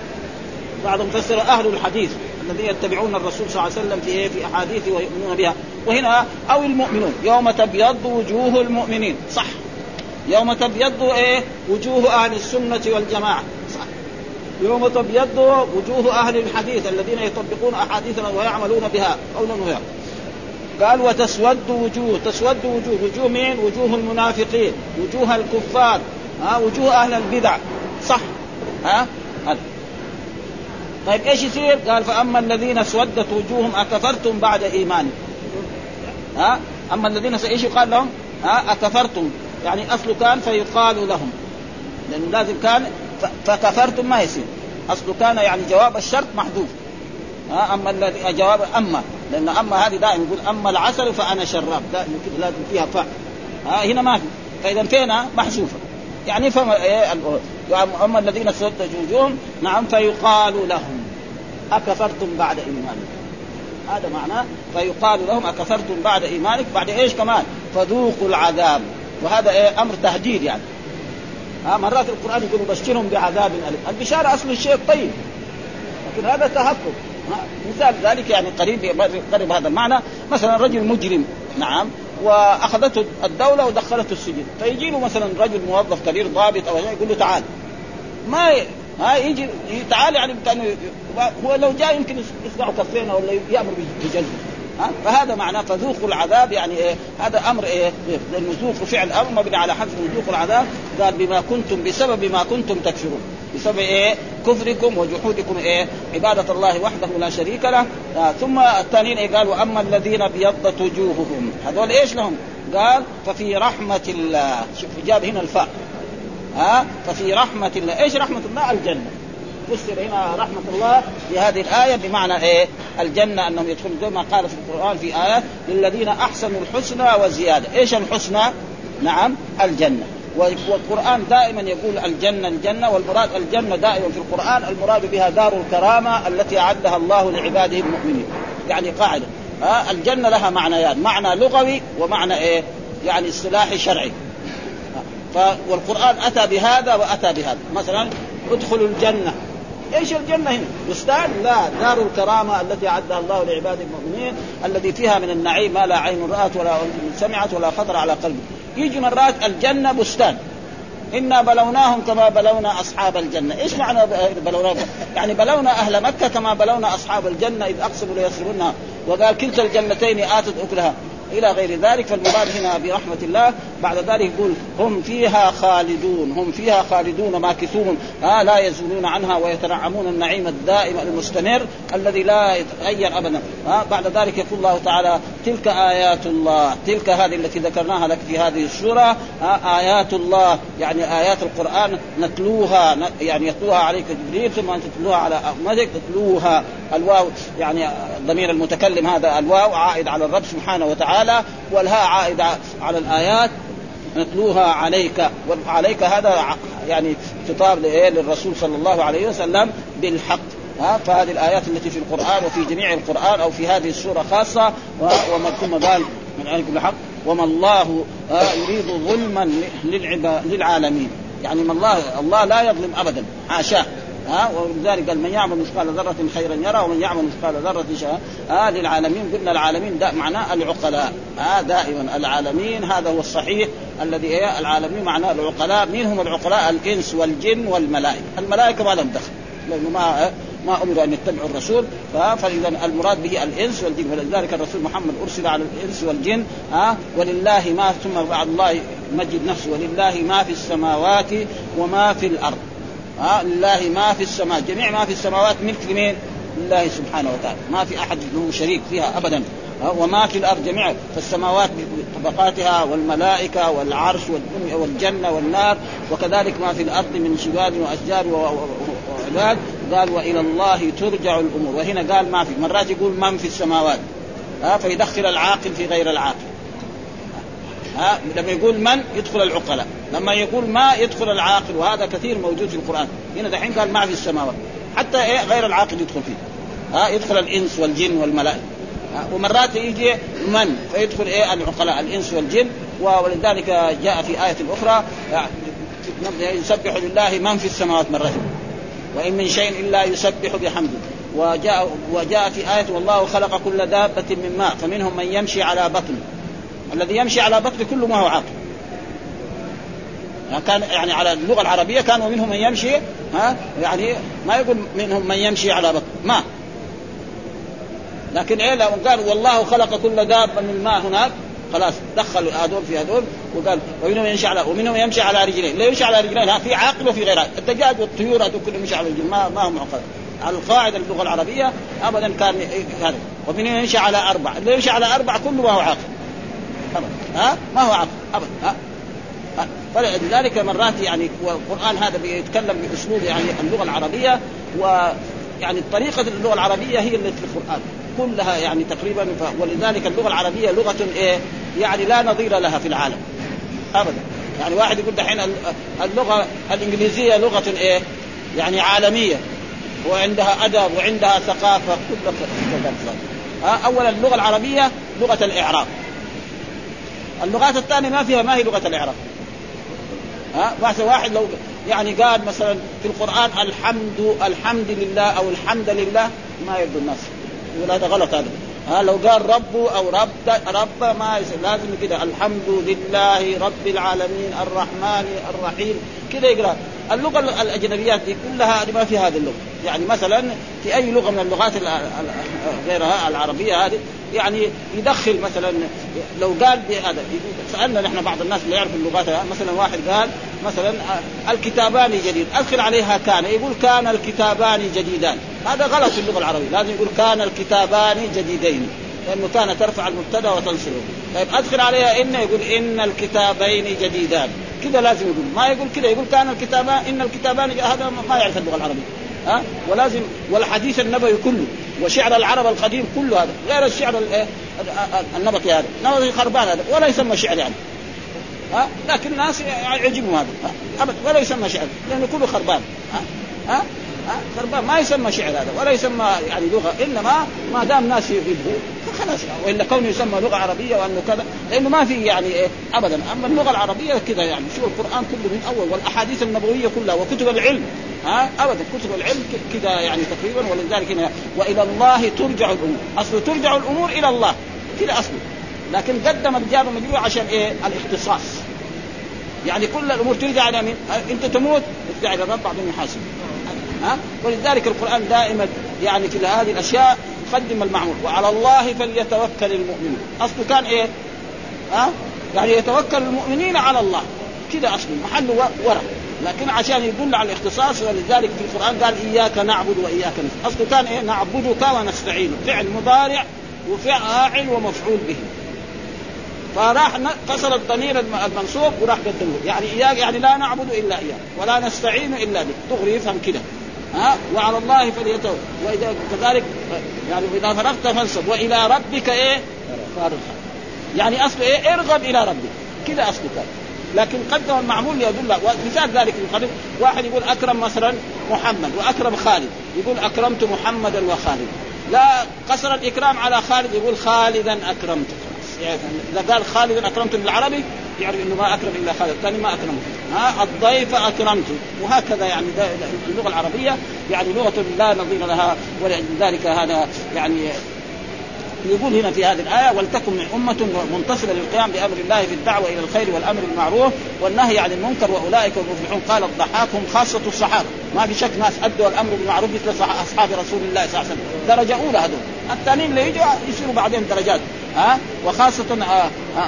بعض مفسر أهل الحديث الذين يتبعون الرسول صلى الله عليه وسلم في في أحاديثه ويؤمنون بها. وهنا أو المؤمنون، يوم تبيض وجوه المؤمنين، صح. يوم تبيض إيه وجوه أهل السنة والجماعة، صح. يوم تبيض وجوه أهل الحديث الذين يطبقون أحاديثنا ويعملون بها قولا وفعلا. قال وتسود وجوه، تسود وجوه، وجوه مين؟ وجوه المنافقين، وجوه الكفار، ها وجوه أهل البدع، صح. ها هذا. طيب ايش يصير؟ قال فاما الذين اسودت وجوههم اكفرتم بعد ايمانكم. ها اما الذين ايش يقال لهم؟ ها اكفرتم، يعني اصله كان فيقال لهم، لانه لازم كان فكفرتم ما يصير، اصله كان يعني جواب الشرط محذوف. ها اما الذي جواب اما، لان اما هذه دائما يقول اما العسل فانا شراب، دائما كده لازم فيها فاء. ها هنا ما في، فاذا فينا محذوفه، يعني فهم ايه اما الذين اسودت وجوههم نعم فيقال لهم أكفرتم بعد إيمانكم. هذا معناه فيقال لهم أكفرتم بعد إيمانك. بعد إيش كمان؟ فذوقوا العذاب. وهذا إيه أمر تهديد يعني. ها مرات القرآن يقول بشرهم بعذاب أليم. البشارة أصل الشيء طيب، لكن هذا تهكم. مثال ذلك يعني قريب قريب هذا المعنى. مثلا رجل مجرم نعم وأخذته الدولة ودخلته السجن، فيجي له مثلا رجل موظف كبير ضابط أو يقول له تعال، ما ي... ها يجي تعال يعني كانه هو لو جاء يمكن يسمعوا كفينا ولا يأمر بجلده. ها فهذا معناه فذوقوا العذاب، يعني إيه هذا أمر إيه؟ لأن ذوق فعل أمر مبني على حذف ذوقوا العذاب. قال بما كنتم بسبب ما كنتم تكفرون، بسبب إيه كفركم وجحودكم إيه عبادة الله وحده لا شريك له. آه ثم الثانيين إيه قال وأما الذين بيضت وجوههم، هذول إيش لهم؟ قال ففي رحمة الله. شوف جاب هنا الفاء، ها ففي رحمة الله. إيش رحمة الله؟ الجنة. فسر هنا رحمة الله بهذه الآية بمعنى إيه الجنة أنهم يدخلون زي ما قال في القرآن في آية للذين أحسنوا الحسنى وزيادة. إيش الحسنى؟ نعم الجنة. والقرآن دائما يقول الجنة الجنة، والمراد الجنة دائما في القرآن المراد بها دار الكرامة التي أعدها الله لعباده المؤمنين. يعني قاعدة آه الجنة لها معنيان، معنى لغوي ومعنى إيه يعني اصطلاحي شرعي. آه والقرآن أتى بهذا وأتى بهذا. مثلا ادخلوا الجنة، ايش الجنة هنا؟ بستان؟ لا، دار الكرامة التي أعدها الله لعباده المؤمنين الذي فيها من النعيم ما لا عين رأت ولا سمعت ولا خطر على قلب. يجي مرات الجنة بستان، إنا بلوناهم كما بلونا أصحاب الجنة. إيش معنى بلوناهم؟ يعني بلونا أهل مكة كما بلونا أصحاب الجنة إذ أقسموا ليصرمنها وقال كلتا الجنتين آتت أكلها إلى غير ذلك. فالمراد هنا برحمة الله. بعد ذلك يقول هم فيها خالدون، هم فيها خالدون ماكثون آه لا يزولون عنها ويتنعمون النعيم الدائم المستمر الذي لا يتغير أبدا. آه بعد ذلك يقول الله تعالى تلك آيات الله، تلك هذه التي ذكرناها لك في هذه السورة آه آيات الله يعني آيات القرآن نتلوها يعني يتلوها عليك جبريل ثم أنت تتلوها على أمتك تتلوها. الواو يعني ضمير المتكلم هذا الواو عائد على الرب سبحانه وتعالى، والهاء عائد على الآيات نتلوها عليك. وعليك هذا يعني خطاب للرسول صلى الله عليه وسلم بالحق. ها فهذه الآيات التي في القرآن وفي جميع القرآن أو في هذه السورة خاصة. وما ثم قال من عليكم بالحق وما الله يريد ظلما للعالمين، يعني ما الله الله لا يظلم أبدا حاشاه. ها ولذلك قال من يعمل مثقال ذرة خيرا يرى ومن يعمل مثقال ذرة شرا آه للعالمين. قلنا العالمين دا معناه العقلاء آه دائما العالمين هذا هو الصحيح الذي هي العالمين معناه العقلاء. مين هم العقلاء؟ الإنس والجن والملائكة. الملائكة ما لهم دخل لأنه ما ما أمروا أن يتبعوا الرسول، فإذا المراد به الإنس والجن. ولذلك الرسول محمد أرسل على الإنس والجن آه ولله ما ثم بعد الله مجد نفسه ولله ما في السماوات وما في الأرض. آه لله ما في السماء، جميع ما في السماوات ملك لمين؟ لله سبحانه وتعالى، ما في أحد له شريك فيها أبدا. آه وما في الأرض جميعا، فالسماوات بطبقاتها والملائكة والعرش والجنة والنار، وكذلك ما في الأرض من جبال وأشجار وعباد. قال وإلى الله ترجع الأمور. وهنا قال ما في، مرات يقول من في السماوات آه فيدخل العاقل في غير العاقل. ها لما يقول من يدخل العقلاء، لما يقول ما يدخل العاقل، وهذا كثير موجود في القرآن. هنا دحين قال ما في السماوات، حتى إيه غير العاقل يدخل فيه. ها يدخل الإنس والجن والملائكة. ومرات يجي من فيدخل إيه العقلاء الإنس والجن. ولذلك جاء في آية أخرى يسبح لله من في السماوات مرة، وإن من شيء إلا يسبح بحمده. وجاء وجاء في آية والله خلق كل دابة من ماء فمنهم من يمشي على بطن. الذي يمشي على بطن كله ما هو عاقل. كان يعني على اللغة العربية كانوا منهم من يمشي ها يعني ما يقول منهم من يمشي على بطن ما، لكن إيه لو قال والله خلق كل دابة من الماء هناك خلاص دخلوا هذول في هذول. وقال ومنهم يمشي على ومنهم يمشي على رجلين. لا يمشي على رجلين ها في عاقل وفي غير عاقل. الدجاج والطيور هذول كلهم يمشي على رجلين ما ما هم عقل. على القاعدة اللغة العربية أبدا كان هذا. ومنهم يمشي على أربع. اللي يمشي على أربع كله ما هو عاقل. ها ما هو عقل أبدا. ها فلذلك مرات يعني والقرآن هذا بيتكلم بأسلوب يعني اللغة العربية، ويعني طريقة اللغة العربية هي اللي في القرآن كلها يعني تقريبا. ولذلك اللغة العربية لغة إيه يعني لا نظير لها في العالم أبدا. يعني واحد يقول دحين اللغة الإنجليزية لغة إيه يعني عالمية، وعندها أدب وعندها ثقافة كلها. أولا اللغة العربية لغة الإعراب. اللغات الثانية ما فيها ما هي لغة الإعراب. ها بحث واحد لو يعني قال مثلا في القرآن الحمد الحمد لله أو الحمد لله ما يرضى الناس، يقول هذا غلط هذا. ها لو قال رب أو رب رب ما يصير، لازم كده الحمد لله رب العالمين الرحمن الرحيم كده يقرأ. اللغة الأجنبيات دي كلها ما في هذه اللغة. يعني مثلا في أي لغة من اللغات غيرها العربية هذه يعني يدخل مثلا لو قال بهذا. سألنا نحن بعض الناس اللي يعرف اللغات مثلا واحد قال مثلا الكتابان جديد أدخل عليها كان، يقول كان الكتابان جديدان. هذا غلط في اللغة العربية، لازم يقول كان الكتابان جديدين لأنه كان ترفع المبتدا وتنصبه. طيب أدخل عليها إن، يقول إن الكتابين جديدان كده لازم يقول، ما يقول كده يقول كان الكتابان إن الكتابان. هذا ما يعرف اللغة العربية. ها ولازم والحديث النبوي كله وشعر العرب القديم كله هذا غير الشعر النبطي هذا نبطي خربان هذا ولا يسمى شعر يعني ها لكن الناس يعجبهم هذا ابدا ولا يسمى شعر لانه كله خربان ها ها خربان ما يسمى شعر هذا ولا يسمى يعني لغه انما ما دام الناس يحبوه فخلاص والا كونه يسمى لغه عربيه وانه كذا لانه ما في يعني إيه ابدا. اما اللغه العربيه كذا يعني شو القران كله من اول والاحاديث النبويه كلها وكتب العلم ها ابدا كتب العلم كذا يعني تقريبا. ولذلك هنا والى الله ترجع الامور اصله ترجع الامور الى الله كذا اصله. لكن قدم الجار والمجرور عشان ايه الاختصاص يعني كل الامور ترجع الى مين؟ انت تموت ترجع الى الرب بعدين يحاسب ها. ولذلك القرآن دائما يعني في هذه الأشياء يقدم المعمول وعلى الله فليتوكل المؤمنون. أصله كان إيه ها يعني يتوكل المؤمنين على الله كده أصله محل ورع لكن عشان يدل على الاختصاص. ولذلك في القرآن قال إياك نعبد وإياك نستعين. أصله كان إيه نعبدك ونستعين فعل مضارع وفاعل ومفعول به فراح قصر الضمير المنصوب وراح قدمه يعني إياك يعني لا نعبد إلا إياك ولا نستعين إلا بك تغري يفهم كده ها. وعلى الله فليتوكل وإذا كذلك يعني إذا فرغت فانصب وإلى ربك إيه فارغب يعني أصله إيه ارغب إلى ربك كده أصله كان. لكن قدم المعمول يدل. ومثال ذلك في القديم واحد يقول أكرم مثلا محمد وأكرم خالد يقول أكرمت محمدا وخالد لا قصر الإكرام على خالد يقول خالدا أكرمت. يعني إذا قال خالدا أكرمت بالعربي يعرف إنه ما أكرم إلا خالد الثاني ما أكرمه ها. الضيف أكرمته وهكذا يعني اللغة العربية يعني لغة لا نظير لها. ولذلك هذا يعني يقول هنا في هذه الآية ولتكن من أمة منتصرة للقيام بأمر الله في الدعوة إلى الخير والأمر بالمعروف والنهي عن المنكر وأولئك المفلحون. قال الضحاك هم خاصة الصحابة ما في شك ناس أدوا الأمر بالمعروف مثل أصحاب رسول الله صلى الله عليه وسلم درجة أولى هذول. الثانيين اللي يجوا يصيروا بعدين درجات ها. وخاصة آه آه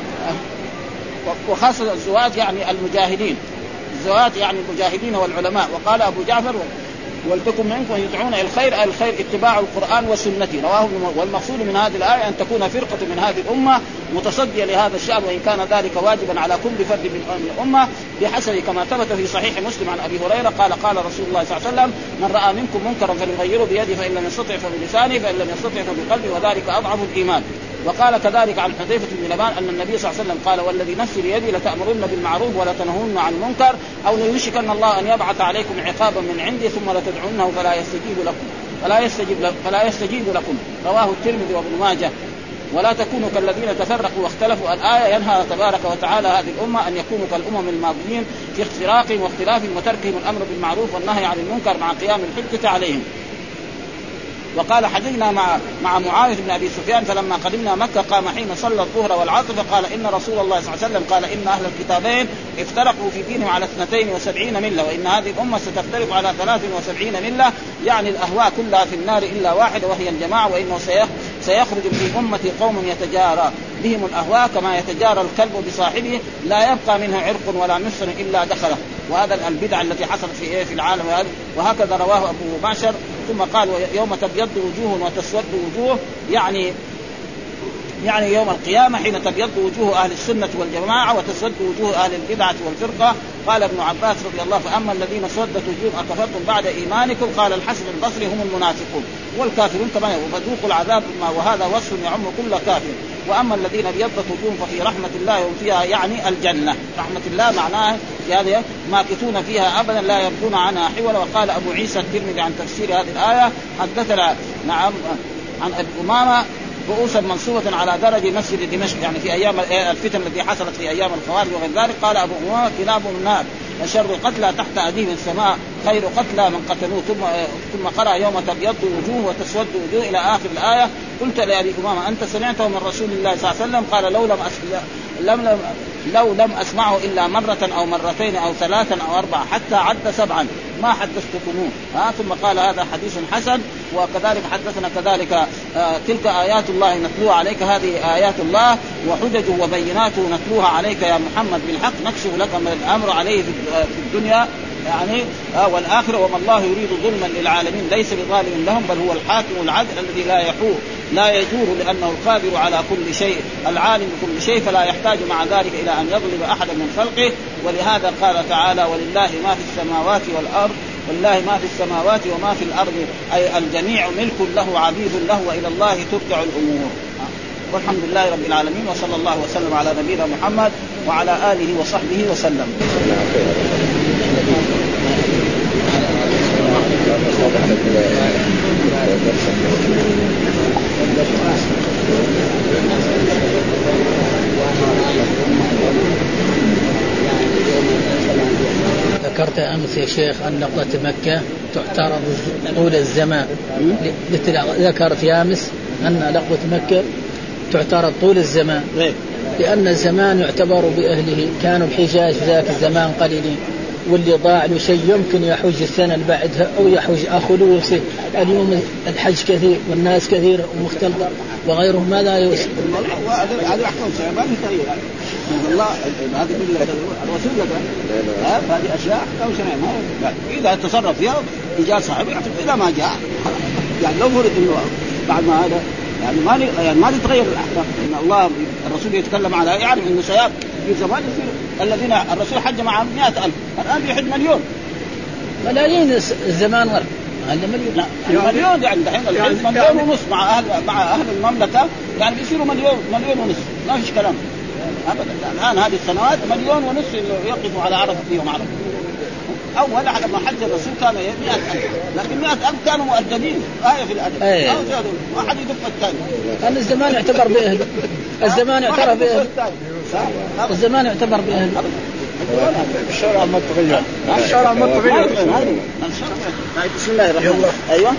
وخاصة الزواج يعني المجاهدين الزواج يعني المجاهدين والعلماء. وقال أبو جعفر ولتكن منكم يدعون إلى الخير الخير اتباع القرآن وسنته رواه. والمقصود من هذه الآية أن تكون فرقة من هذه الأمة متصدية لهذا الشأن وإن كان ذلك واجبا على كل فرد من الأمة بحسب كما ثبت في صحيح مسلم عن أبي هريرة قال قال رسول الله صلى الله عليه وسلم من رأى منكم منكرا فليغيره بيده فإن لم يستطع فبلسانه فإن لم يستطع فبقلبه وذلك أضعف الإيمان. وقال كذلك عن حذيفة بن اليمان أن النبي صلى الله عليه وسلم قال والذي نفسي بيدي لتأمرن بالمعروف ولا تنهون عن المنكر أو ليوشكن الله أن يبعث عليكم عقابا من عندي ثم لتدعونه فلا يستجيب لكم فلا يستجيب لكم فلا يستجيب لكم رواه الترمذي وابن ماجه. ولا تكونوا كالذين تفرقوا واختلفوا. الآية ينهى تبارك وتعالى هذه الأمة أن يكونوا كالأمم الماضيين في اختراقهم واختلافهم وتركهم الأمر بالمعروف والنهي عن المنكر مع قيام الحجة عليهم. وقال حدثنا مع مع معاوية بن أبي سفيان فلما قدمنا مكة قام حين صلى الظهر والعصر فقال إن رسول الله صلى الله عليه وسلم قال إن أهل الكتابين افترقوا في دينهم على اثنتين وسبعين ملة وإن هذه الأمة ستفترق على ثلاث وسبعين ملة يعني الأهواء كلها في النار إلا واحدة وهي الجماعة وإنه سيخرج من أمتي قوم يتجارى بهم الأهواء كما يتجارى الكلب بصاحبه لا يبقى منه عرق ولا مفصل إلا دخله. وهذا البدع التي حصلت في في العالم وهكذا رواه أبو معشر. ثم قال يوم تبيض وجوه وتسود وجوه يعني يعني يوم القيامة حين تبيض وجوه أهل السنة والجماعة وتسود وجوه أهل البدعة والفرقة. قال ابن عباس رضي الله فأما الذين سودت وجوه أكفرتم بعد إيمانكم قال الحسن البصري هم المنافقون والكافرون كما فذوقوا العذاب وهذا وصف يعم كل كافر. وأما الذين ابيضت وجوههم ففي رحمة الله هم فيها يعني الجنة رحمة الله معناه يعني ماكثون فيها أبدا لا يبغون عنها حولا. وقال أبو عيسى الترمذي عن تفسير هذه الآية حدثنا نعم عن أبي أمامة رؤوسا منصوبة على درج مسجد دمشق يعني في أيام الفتن التي حصلت في أيام الخوارج وغير ذلك. قال أبو أمامة كلاب النار وشر القتلى تحت أديم السماء خير قتلى من قتلوه. ثم ثم قرأ يوم تبيض وجوه وتسود وجوه إلى آخر الآية. قلت لأبي أمامة أنت سمعته من رسول الله صلى الله عليه وسلم؟ قال لو لم أسمع لم لم لو لم أسمعه إلا مرة أو مرتين أو ثلاثا أو أربعة حتى عد سبعا ما حدثتكموه. ها ثم قال هذا حديث حسن. وكذلك حدثنا كذلك آه تلك آيات الله نتلوها عليك هذه آيات الله وحججه وبيناته نتلوها عليك يا محمد بالحق نكشف لك من الأمر عليه في الدنيا يعني آه والآخرة وما الله يريد ظلما للعالمين ليس بظالم لهم بل هو الحاكم العدل الذي لا يحور لا يجور لأنه القادر على كل شيء العالم بكل شيء فلا يحتاج مع ذلك إلى أن يظلم أحدا من خلقه. ولهذا قال تعالى ولله ما في السماوات والأرض والله ما في السماوات وما في الأرض أي الجميع ملك له عبيد له وإلى الله ترجع الأمور. والحمد لله رب العالمين، وصلى الله وسلم على نبينا محمد وعلى آله وصحبه وسلم. ذكرت أمس يا شيخ أن لقطة مكة تعترض طول الزمان. ذكرت يا أمس أن لقطة مكة تعترض طول الزمان لأن الزمان يعتبر بأهله، كانوا الحجاج في ذاك الزمان قليلين، واللي ضاع له شيء يمكن يحج السنة اللي بعدها أو يحج أخو له. اليوم الحج كثير والناس كثير ومختلطة وغيره، ماذا يوسف؟ هذا أحكام ما في تغيير الله. هذه الرسول هذه أشياء أحكام شرعية، إذا تصرف فيها إجازة صاحبه إذا ما جاء يعني لو فرض إنه بعد ما هذا يعني ما يعني ما تتغير الأحكام. إن الله الرسول يتكلم على يعرف إنه سياب في زمان يصير الذين الرسول حج معهم مئة ألف، الآن بيحج مليون ملايين الزمان ورد هذا مليون. لا مليون يعني دحين الحج مليون ونص مع أهل مع أهل المملكة يعني بيصيروا مليون مليون ونص، ما فيش كلام أبدا. الآن هذه السنوات مليون ونص يقفوا على عرفة فيهم عرفة. أول على ما حج الرسول كان مئة ألف، لكن مئة ألف كانوا مؤدبين آية في الأدب أيه. أو زادوا ما حد يدق الثاني. كان الزمان يعتبر بأهل، الزمان يعتبر بأهل، الزمان يعتبر بأهل. الشرع ما تغير، الشرع ما تغير. بسم الله الرحمن الرحيم. أيوة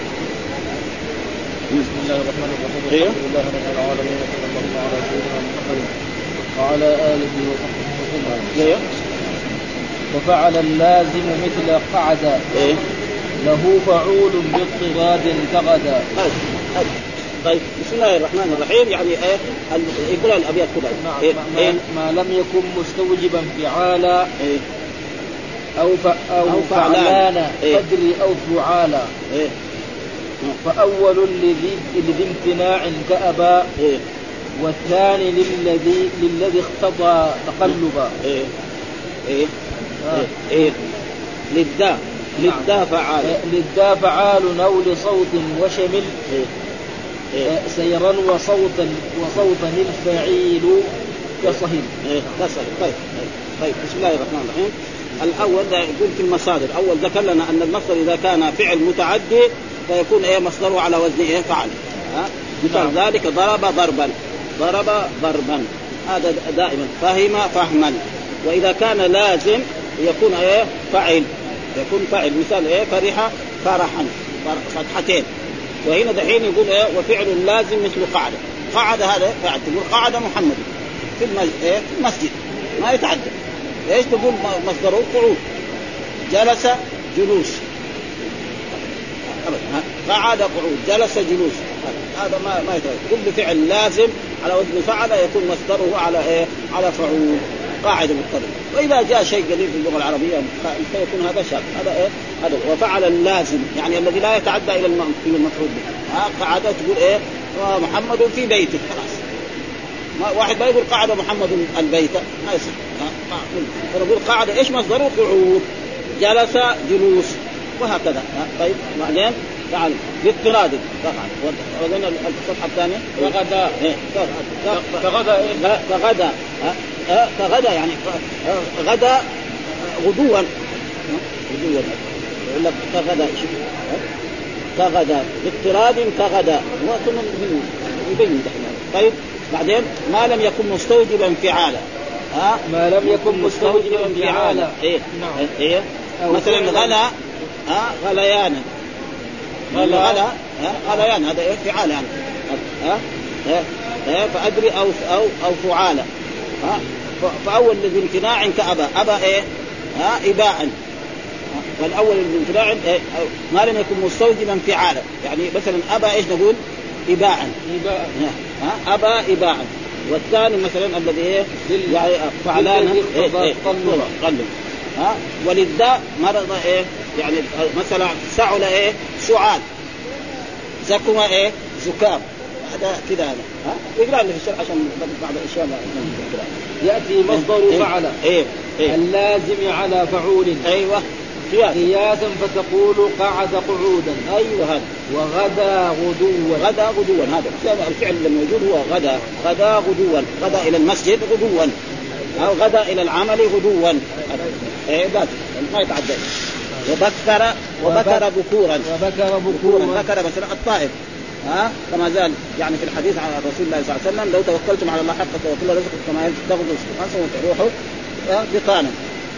بسم الله الرحمن الرحيم. الحمد لله رب العالمين، وصلى الله على سيدنا محمد وعلى آله وصحبه وسلم. وفعل اللازم مثل قعد إيه؟ له فعول باضطراد كغدا. طيب بسم الله الرحمن الرحيم. يعني ايه يقول الابيات كلها نعم. إيه؟ ما, إيه؟ ما لم يكن مستوجبا فعالا إيه؟ او ف... او, أو فعلانا إيه؟ قدري او فعالا. إيه؟ فاول لذي لذي امتناع كأبا. إيه؟ والثاني للذي للذي اقتضى تقلبا. إيه؟ إيه؟ آه. إيه؟ للدا للدا فعال للدا فعال أو لصوت وشمل. إيه؟ إيه؟ سيرا وصوتا وصوتا الفعيل كصهيل. إيه؟ كصهيل. طيب طيب بسم الله الرحمن الرحيم. الأول يقول في المصادر، أول ذكر لنا أن المصدر إذا كان فعل متعدي فيكون إيه مصدره على وزن إيه فعل. ها مثال نعم. ذلك ضرب ضربا، ضرب ضربا، هذا دائما فهم فهما. وإذا كان لازم يكون إيه فعل، يكون فعل. مثال إيه فرح فرحا، فتحتين. وهنا دحين يقول إيه وفعل لازم مثل قعد. قعد هذا فعل، تقول قعد محمد في المسجد، إيه في المسجد ما يتعدى. إيش تقول مصدره قعود. جلس جلوس، قعد قعود، جلس جلوس، هذا ما ما يتعدى. كل فعل لازم على وزن فعل يكون مصدره على إيه على فعول قاعدة بالقدر. وإذا جاء شيء قليل في اللغة العربية فيكون هذا شاذ. هذا إيه هذا وفعل اللازم يعني الذي لا يتعدى إلى المفعول به. ها قعد تقول إيه محمد في بيته، خلاص. ما واحد ما يقول قعد محمد البيت ما يصح. ها فنقول قعد إيش مصدره قعود، جلس جلوس، وهكذا. طيب بعدين تعال باضطراد طبعا. وقلنا الصفحة الثانية كغدا. كغدا كغدا كغدا يعني غدا غدوا غدوا ولا كغدا كغدا باضطراد كغدا وكنا نبين. طيب بعدين ما لم يكن مستوجبا فعالا. ها ما لم يكن مستوجبا فعالا. ايه نعم. ايه مثلا غلا ها غليانا غلا غلا غليان هذا ايه فعال يعني. ها ها فادري او او او فعالا. ها فاول للامتناع كأبا. أبا ايه ها اباء. والاول للامتناع إيه؟ ما لم يكن مستوجبا فعالا. يعني مثلا ابا ايش نقول اباء اباء. ها ابا اباء. والثاني مثلا الذي ايه يعني فعلان ايه ايه قلب. ها وللداء مرض ايه يعني مثلا سعل ايه سعال، زكما ايه زكام. هذا كذا هذا. ها يقرأ لي في الشرح عشان بعض الاشياء لا ياتي مصدر إيه؟ فعل إيه؟ إيه؟ اللازم على فعول. ايوه قياسا قياسا فتقول قعد قعودا. أيوه هذا. وغدا غدوا. غدا غدوا هذا الفعل الموجود هو غدا. غدا غدوا. غدا إلى المسجد غدوا أو غدا إلى العمل غدوا. إيه بس ما يتعدى. وبكر وبكر بكورا. وبكر بكورا. بكر مثلا الطائف ها كما زال يعني في الحديث عن رسول الله صلى الله عليه وسلم لو توكلتم على الله حق توكل رزقكم كما تغدو الشمس وتروحوا بطانا.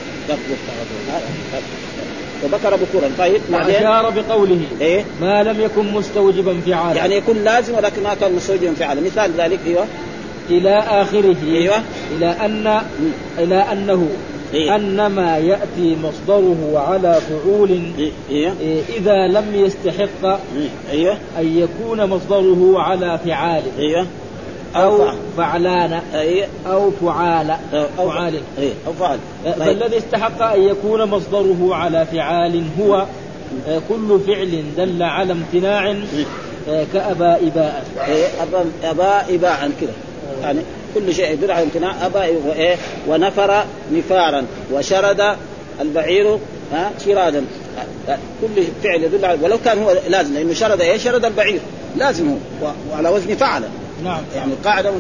وبكر بكورا. طيب وأشار بقوله إيه؟ ما لم يكن مستوجبا فعالا يعني يكون لازم ولكن ما كان مستوجبا فعالا. مثال ذلك ايوه الى اخره. ايوه الى ان الى انه إيه؟ انما ياتي مصدره على فعول إيه؟ اذا لم يستحق ايوه ان يكون مصدره على فعال ايوه او فعلان أيه؟ او فعال او فعال أيه؟ او فعل. طيب. فالذي استحق ان يكون مصدره على فعال هو كل فعل دل على امتناع كأبى إباء. إيه أبى إباء كده يعني كل شيء يدل على امتناع. أبى وإيه ونفر نفارا وشرد البعير ها شرادا. كل فعل يدل على ولو كان هو لازم لأنه شرد إيه شرد البعير لازم هو وعلى وزن فعل. نعم يعني قاعدة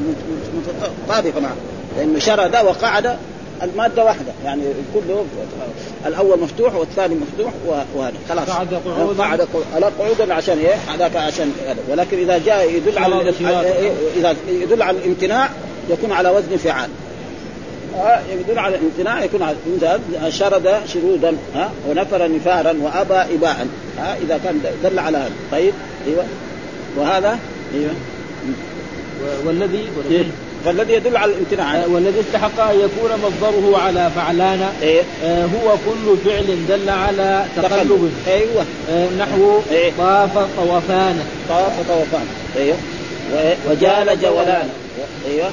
متطابقة معه لأنه شرد وقعد المادة واحدة يعني كله الأول مفتوح والثاني مفتوح وهذا خلاص قاعد على قعودا عشان إيه هذاك عشان هذا. ولكن إذا جاء يدل على إذا يدل على الامتناع يكون على وزن فعال. يدل على الامتناع يكون على شرد شرودا ها ونفر نفارا وأبى إباء ها إذا كان دل على هذا. طيب أيوة وهذا أيوة والذي فالذي يدل على الامتناع والذي استحق أن يكون مصدره على فعلان إيه؟ آه هو كل فعل دل على تقلب. أيوة. آه نحو إيه؟ طاف طوفان. طاف طوفان. أيوة. وجال جولان. أيوة.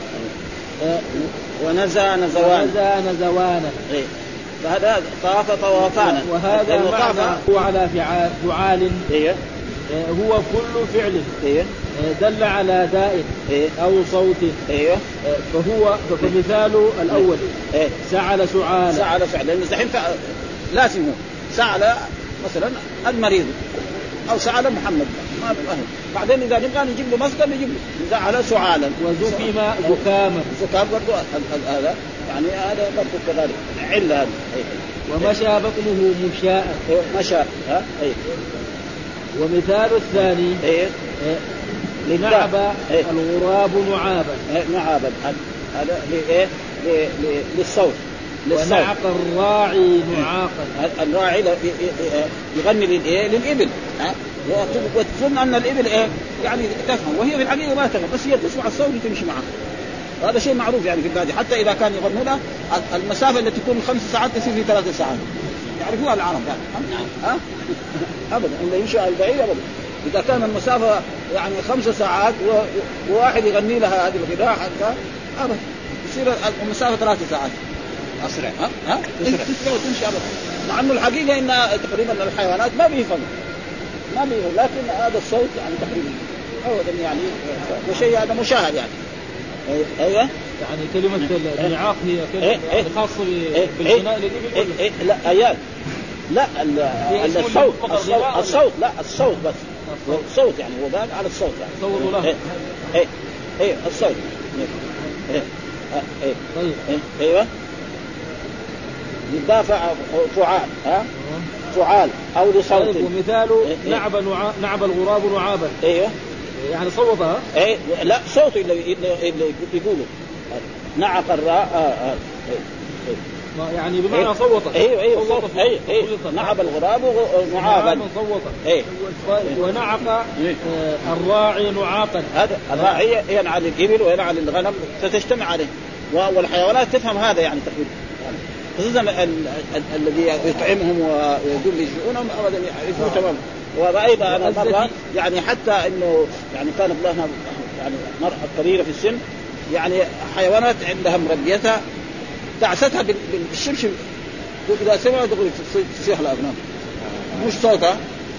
آه ونزى نزوان. ونزى نزوانا. إيه؟ فهذا طاف طوفان. وهذا معنى على فعال فعال. أيوة. هو كل فعل إيه؟ دل على داء إيه؟ أو صوت. إيه؟ فهو فمثال الأول إيه؟ سعل سعال. سعل سعال لأن الحين لازم هو سعل مثلا المريض أو سعل محمد ما بعدين إذا نبغى نجيب له مصدر نجيب له سعل سعالا. وزكم زكاما. زكام برضو هذا يعني هذا برضو كذلك علة هذا. ومشى بطنه مشاء. مشى ها أي. ومثال الثاني إيه؟ نعب إيه؟ الغراب نعابا. إيه؟ نعابا هذا لإيه؟ للصوت. ونعق الراعي نعاقا. الراعي يغني للإيه؟ للإبل ها وتظن أن الإبل إيه؟ يعني تفهم وهي في الحقيقة ما تفهم بس هي تسمع الصوت وتمشي معه. هذا شيء معروف يعني في البلاد حتى إذا كان يغنونها المسافة التي تكون خمس ساعات تصير في ثلاث ساعات يعرفوها العرب يعني ها أبدا إلا يمشي على البعير أبدا. إذا كان المسافة يعني خمس ساعات وواحد يغني لها هذه الغناء حتى أبدا يصير المسافة ثلاث ساعات أسرع ها ها تسرع وتمشي أبدا. مع إنه الحقيقة إن تقريبا الحيوانات ما بيفهم ما بيفهم لكن هذا الصوت يعني تقريبا أبدا يعني وشيء هذا مشاهد يعني. أيوه يعني كلمة النعاق هي كلمة خاصة بالغناء للإبل. لا أيال لا الصوت الصوت الصوت لا الصوت بس الصوت يعني هو قال على الصوت يعني صوت له ايه ايه الصوت ايه ايه طيب ايوه يدافع فعال ها فعال او لصوت. ومثاله نعب نعب الغراب نعابا. ايوه يعني صوتها ايه لا صوت اللي اللي يقولوا نعق الراء يعني بمعنى صوت. ايوه ايوه صوت ايوه ايوه نعب الغراب نعابا صوت. ايه ونعق الراعي نعاقا. هذا الراعي ينعى للإبل وينعى للغنم فتجتمع عليه والحيوانات تفهم هذا يعني تقريبا خصوصا الذي يطعمهم ويقوم بيشؤونهم ابدا يعرفوا تمام. ورأينا أنا مرة يعني حتى إنه يعني كانت لنا يعني مرأة كبيرة في السن يعني حيوانات عندها مربيتها دعستها بالشمشم إذا سمعوا تقول تصيح الأغنام مش صوتها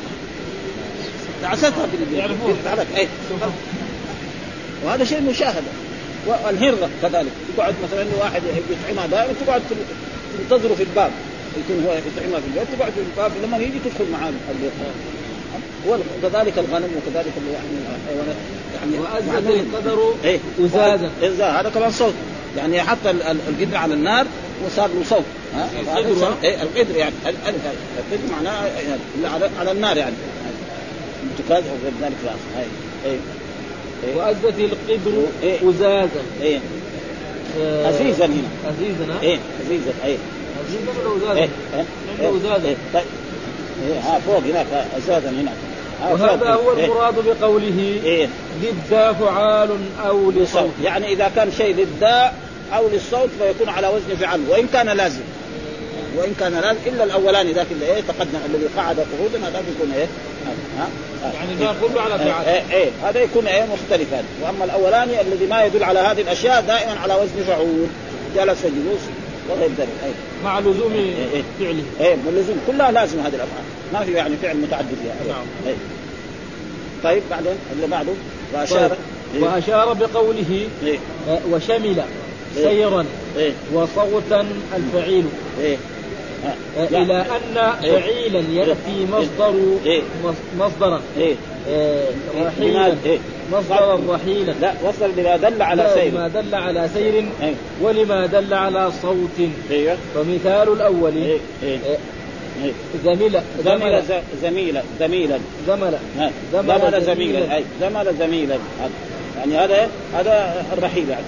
دعستها بالحركة أي. وهذا شيء مشاهدة. والهرة كذلك تقعد مثلا واحد يطعمها دائما تقعد تنتظره في الباب يكون هو يطعمها في البيت تبعث في الباب لما يجي تدخل معاه البيت. وكذلك الغنم وكذلك يعني الحيوانات يعني وأزد القدر إيه أزازا إيه هذا كمان صوت يعني حتى القدر على النار وصار له صوت. ها القدر إيه القدر يعني القدر معناه يعني على على النار يعني تكاد أو غير ذلك لا هاي إيه إيه وأزت القدر إيه أزازا إيه عزيزا هنا عزيزا إيه عزيزا إيه عزيزا ولا أزازا إيه إيه أزازا إيه طيب إيه ها فوق هناك أزازا هنا. وهذا هو المراد بقوله إيه للداء فعال أو لصوت يعني إذا كان شيء للداء أو للصوت فيكون على وزن فعل وإن كان لازم وإن كان لازم إلا الأولاني ذاك اللي إيه تقدم الذي قعد قعودا هذا يكون إيه ها يعني ما كله على فعل إيه إيه هذا يكون إيه مختلفا. وأما الأولاني الذي ما يدل على هذه الأشياء دائما على وزن فعول جلس جلوس وغير ذلك أيه. مع لزوم إيه إيه فعله إيه اللزوم كلها لازم هذه الأفعال ما في يعني فعل متعدد يعني. نعم. إيه. طيب بعدين اللي بعده وأشار طيب. إيه؟ وأشار بقوله إيه؟ وشمل سيرا إيه؟ وصوتا الفعيل إيه؟ آه إلى أن فعيلا يأتي مصدر إيه؟ مصدرا إيه؟ آه رحيلا إيه؟ مصدرا رحيلا لا وصل لما دل على سير لما دل على سير إيه؟ ولما دل على صوت. إيه؟ فمثال الأول إيه؟ إيه؟ إيه؟ زميلا زميلا زميلا زميلا زملا زملا زميلا أي زملا زميلا يعني هذا هذا الرحيل يعني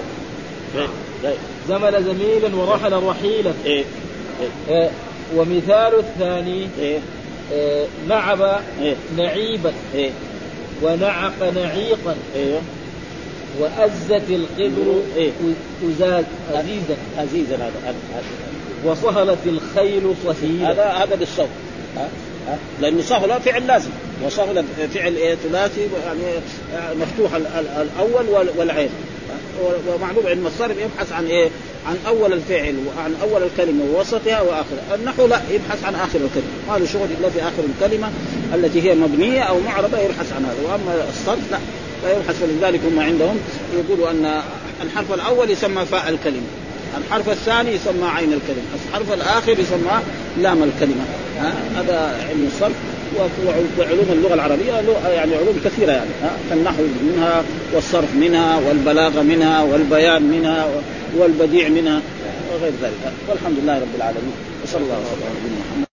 زمل زميلا ورحل رحيلا. إيه؟ إيه؟ ومثال الثاني إيه؟ إيه؟ نعب إيه؟ نعيبا إيه؟ ونعق نعيقا. إيه؟ وأزت القدر إيه؟ أزاز عزيزا عزيزا هذا وصهلت الخيل صهيلا. هذا هذا بالصوت ها ها لأن صهل فعل لازم وصهل فعل إيه ثلاثي يعني مفتوح الأول والعين. ومعلوم علم الصرف يبحث عن إيه عن أول الفعل وعن أول الكلمة ووسطها وآخرها. النحو لا يبحث عن آخر الكلمة هذا شغل إلا في آخر الكلمة التي هي مبنية أو معربة يبحث عن هذا. وأما الصرف لا لا يبحث. فلذلك هم عندهم يقولوا أن الحرف الأول يسمى فاء الكلمة الحرف الثاني يسمى عين الكلمة الحرف الآخر يسمى لام الكلمة. هذا علم الصرف وعلوم اللغة العربية يعني علوم كثيرة يعني النحو منها والصرف منها والبلاغة منها والبيان منها والبديع منها وغير ذلك. والحمد لله رب العالمين وصلى الله عليه وسلم.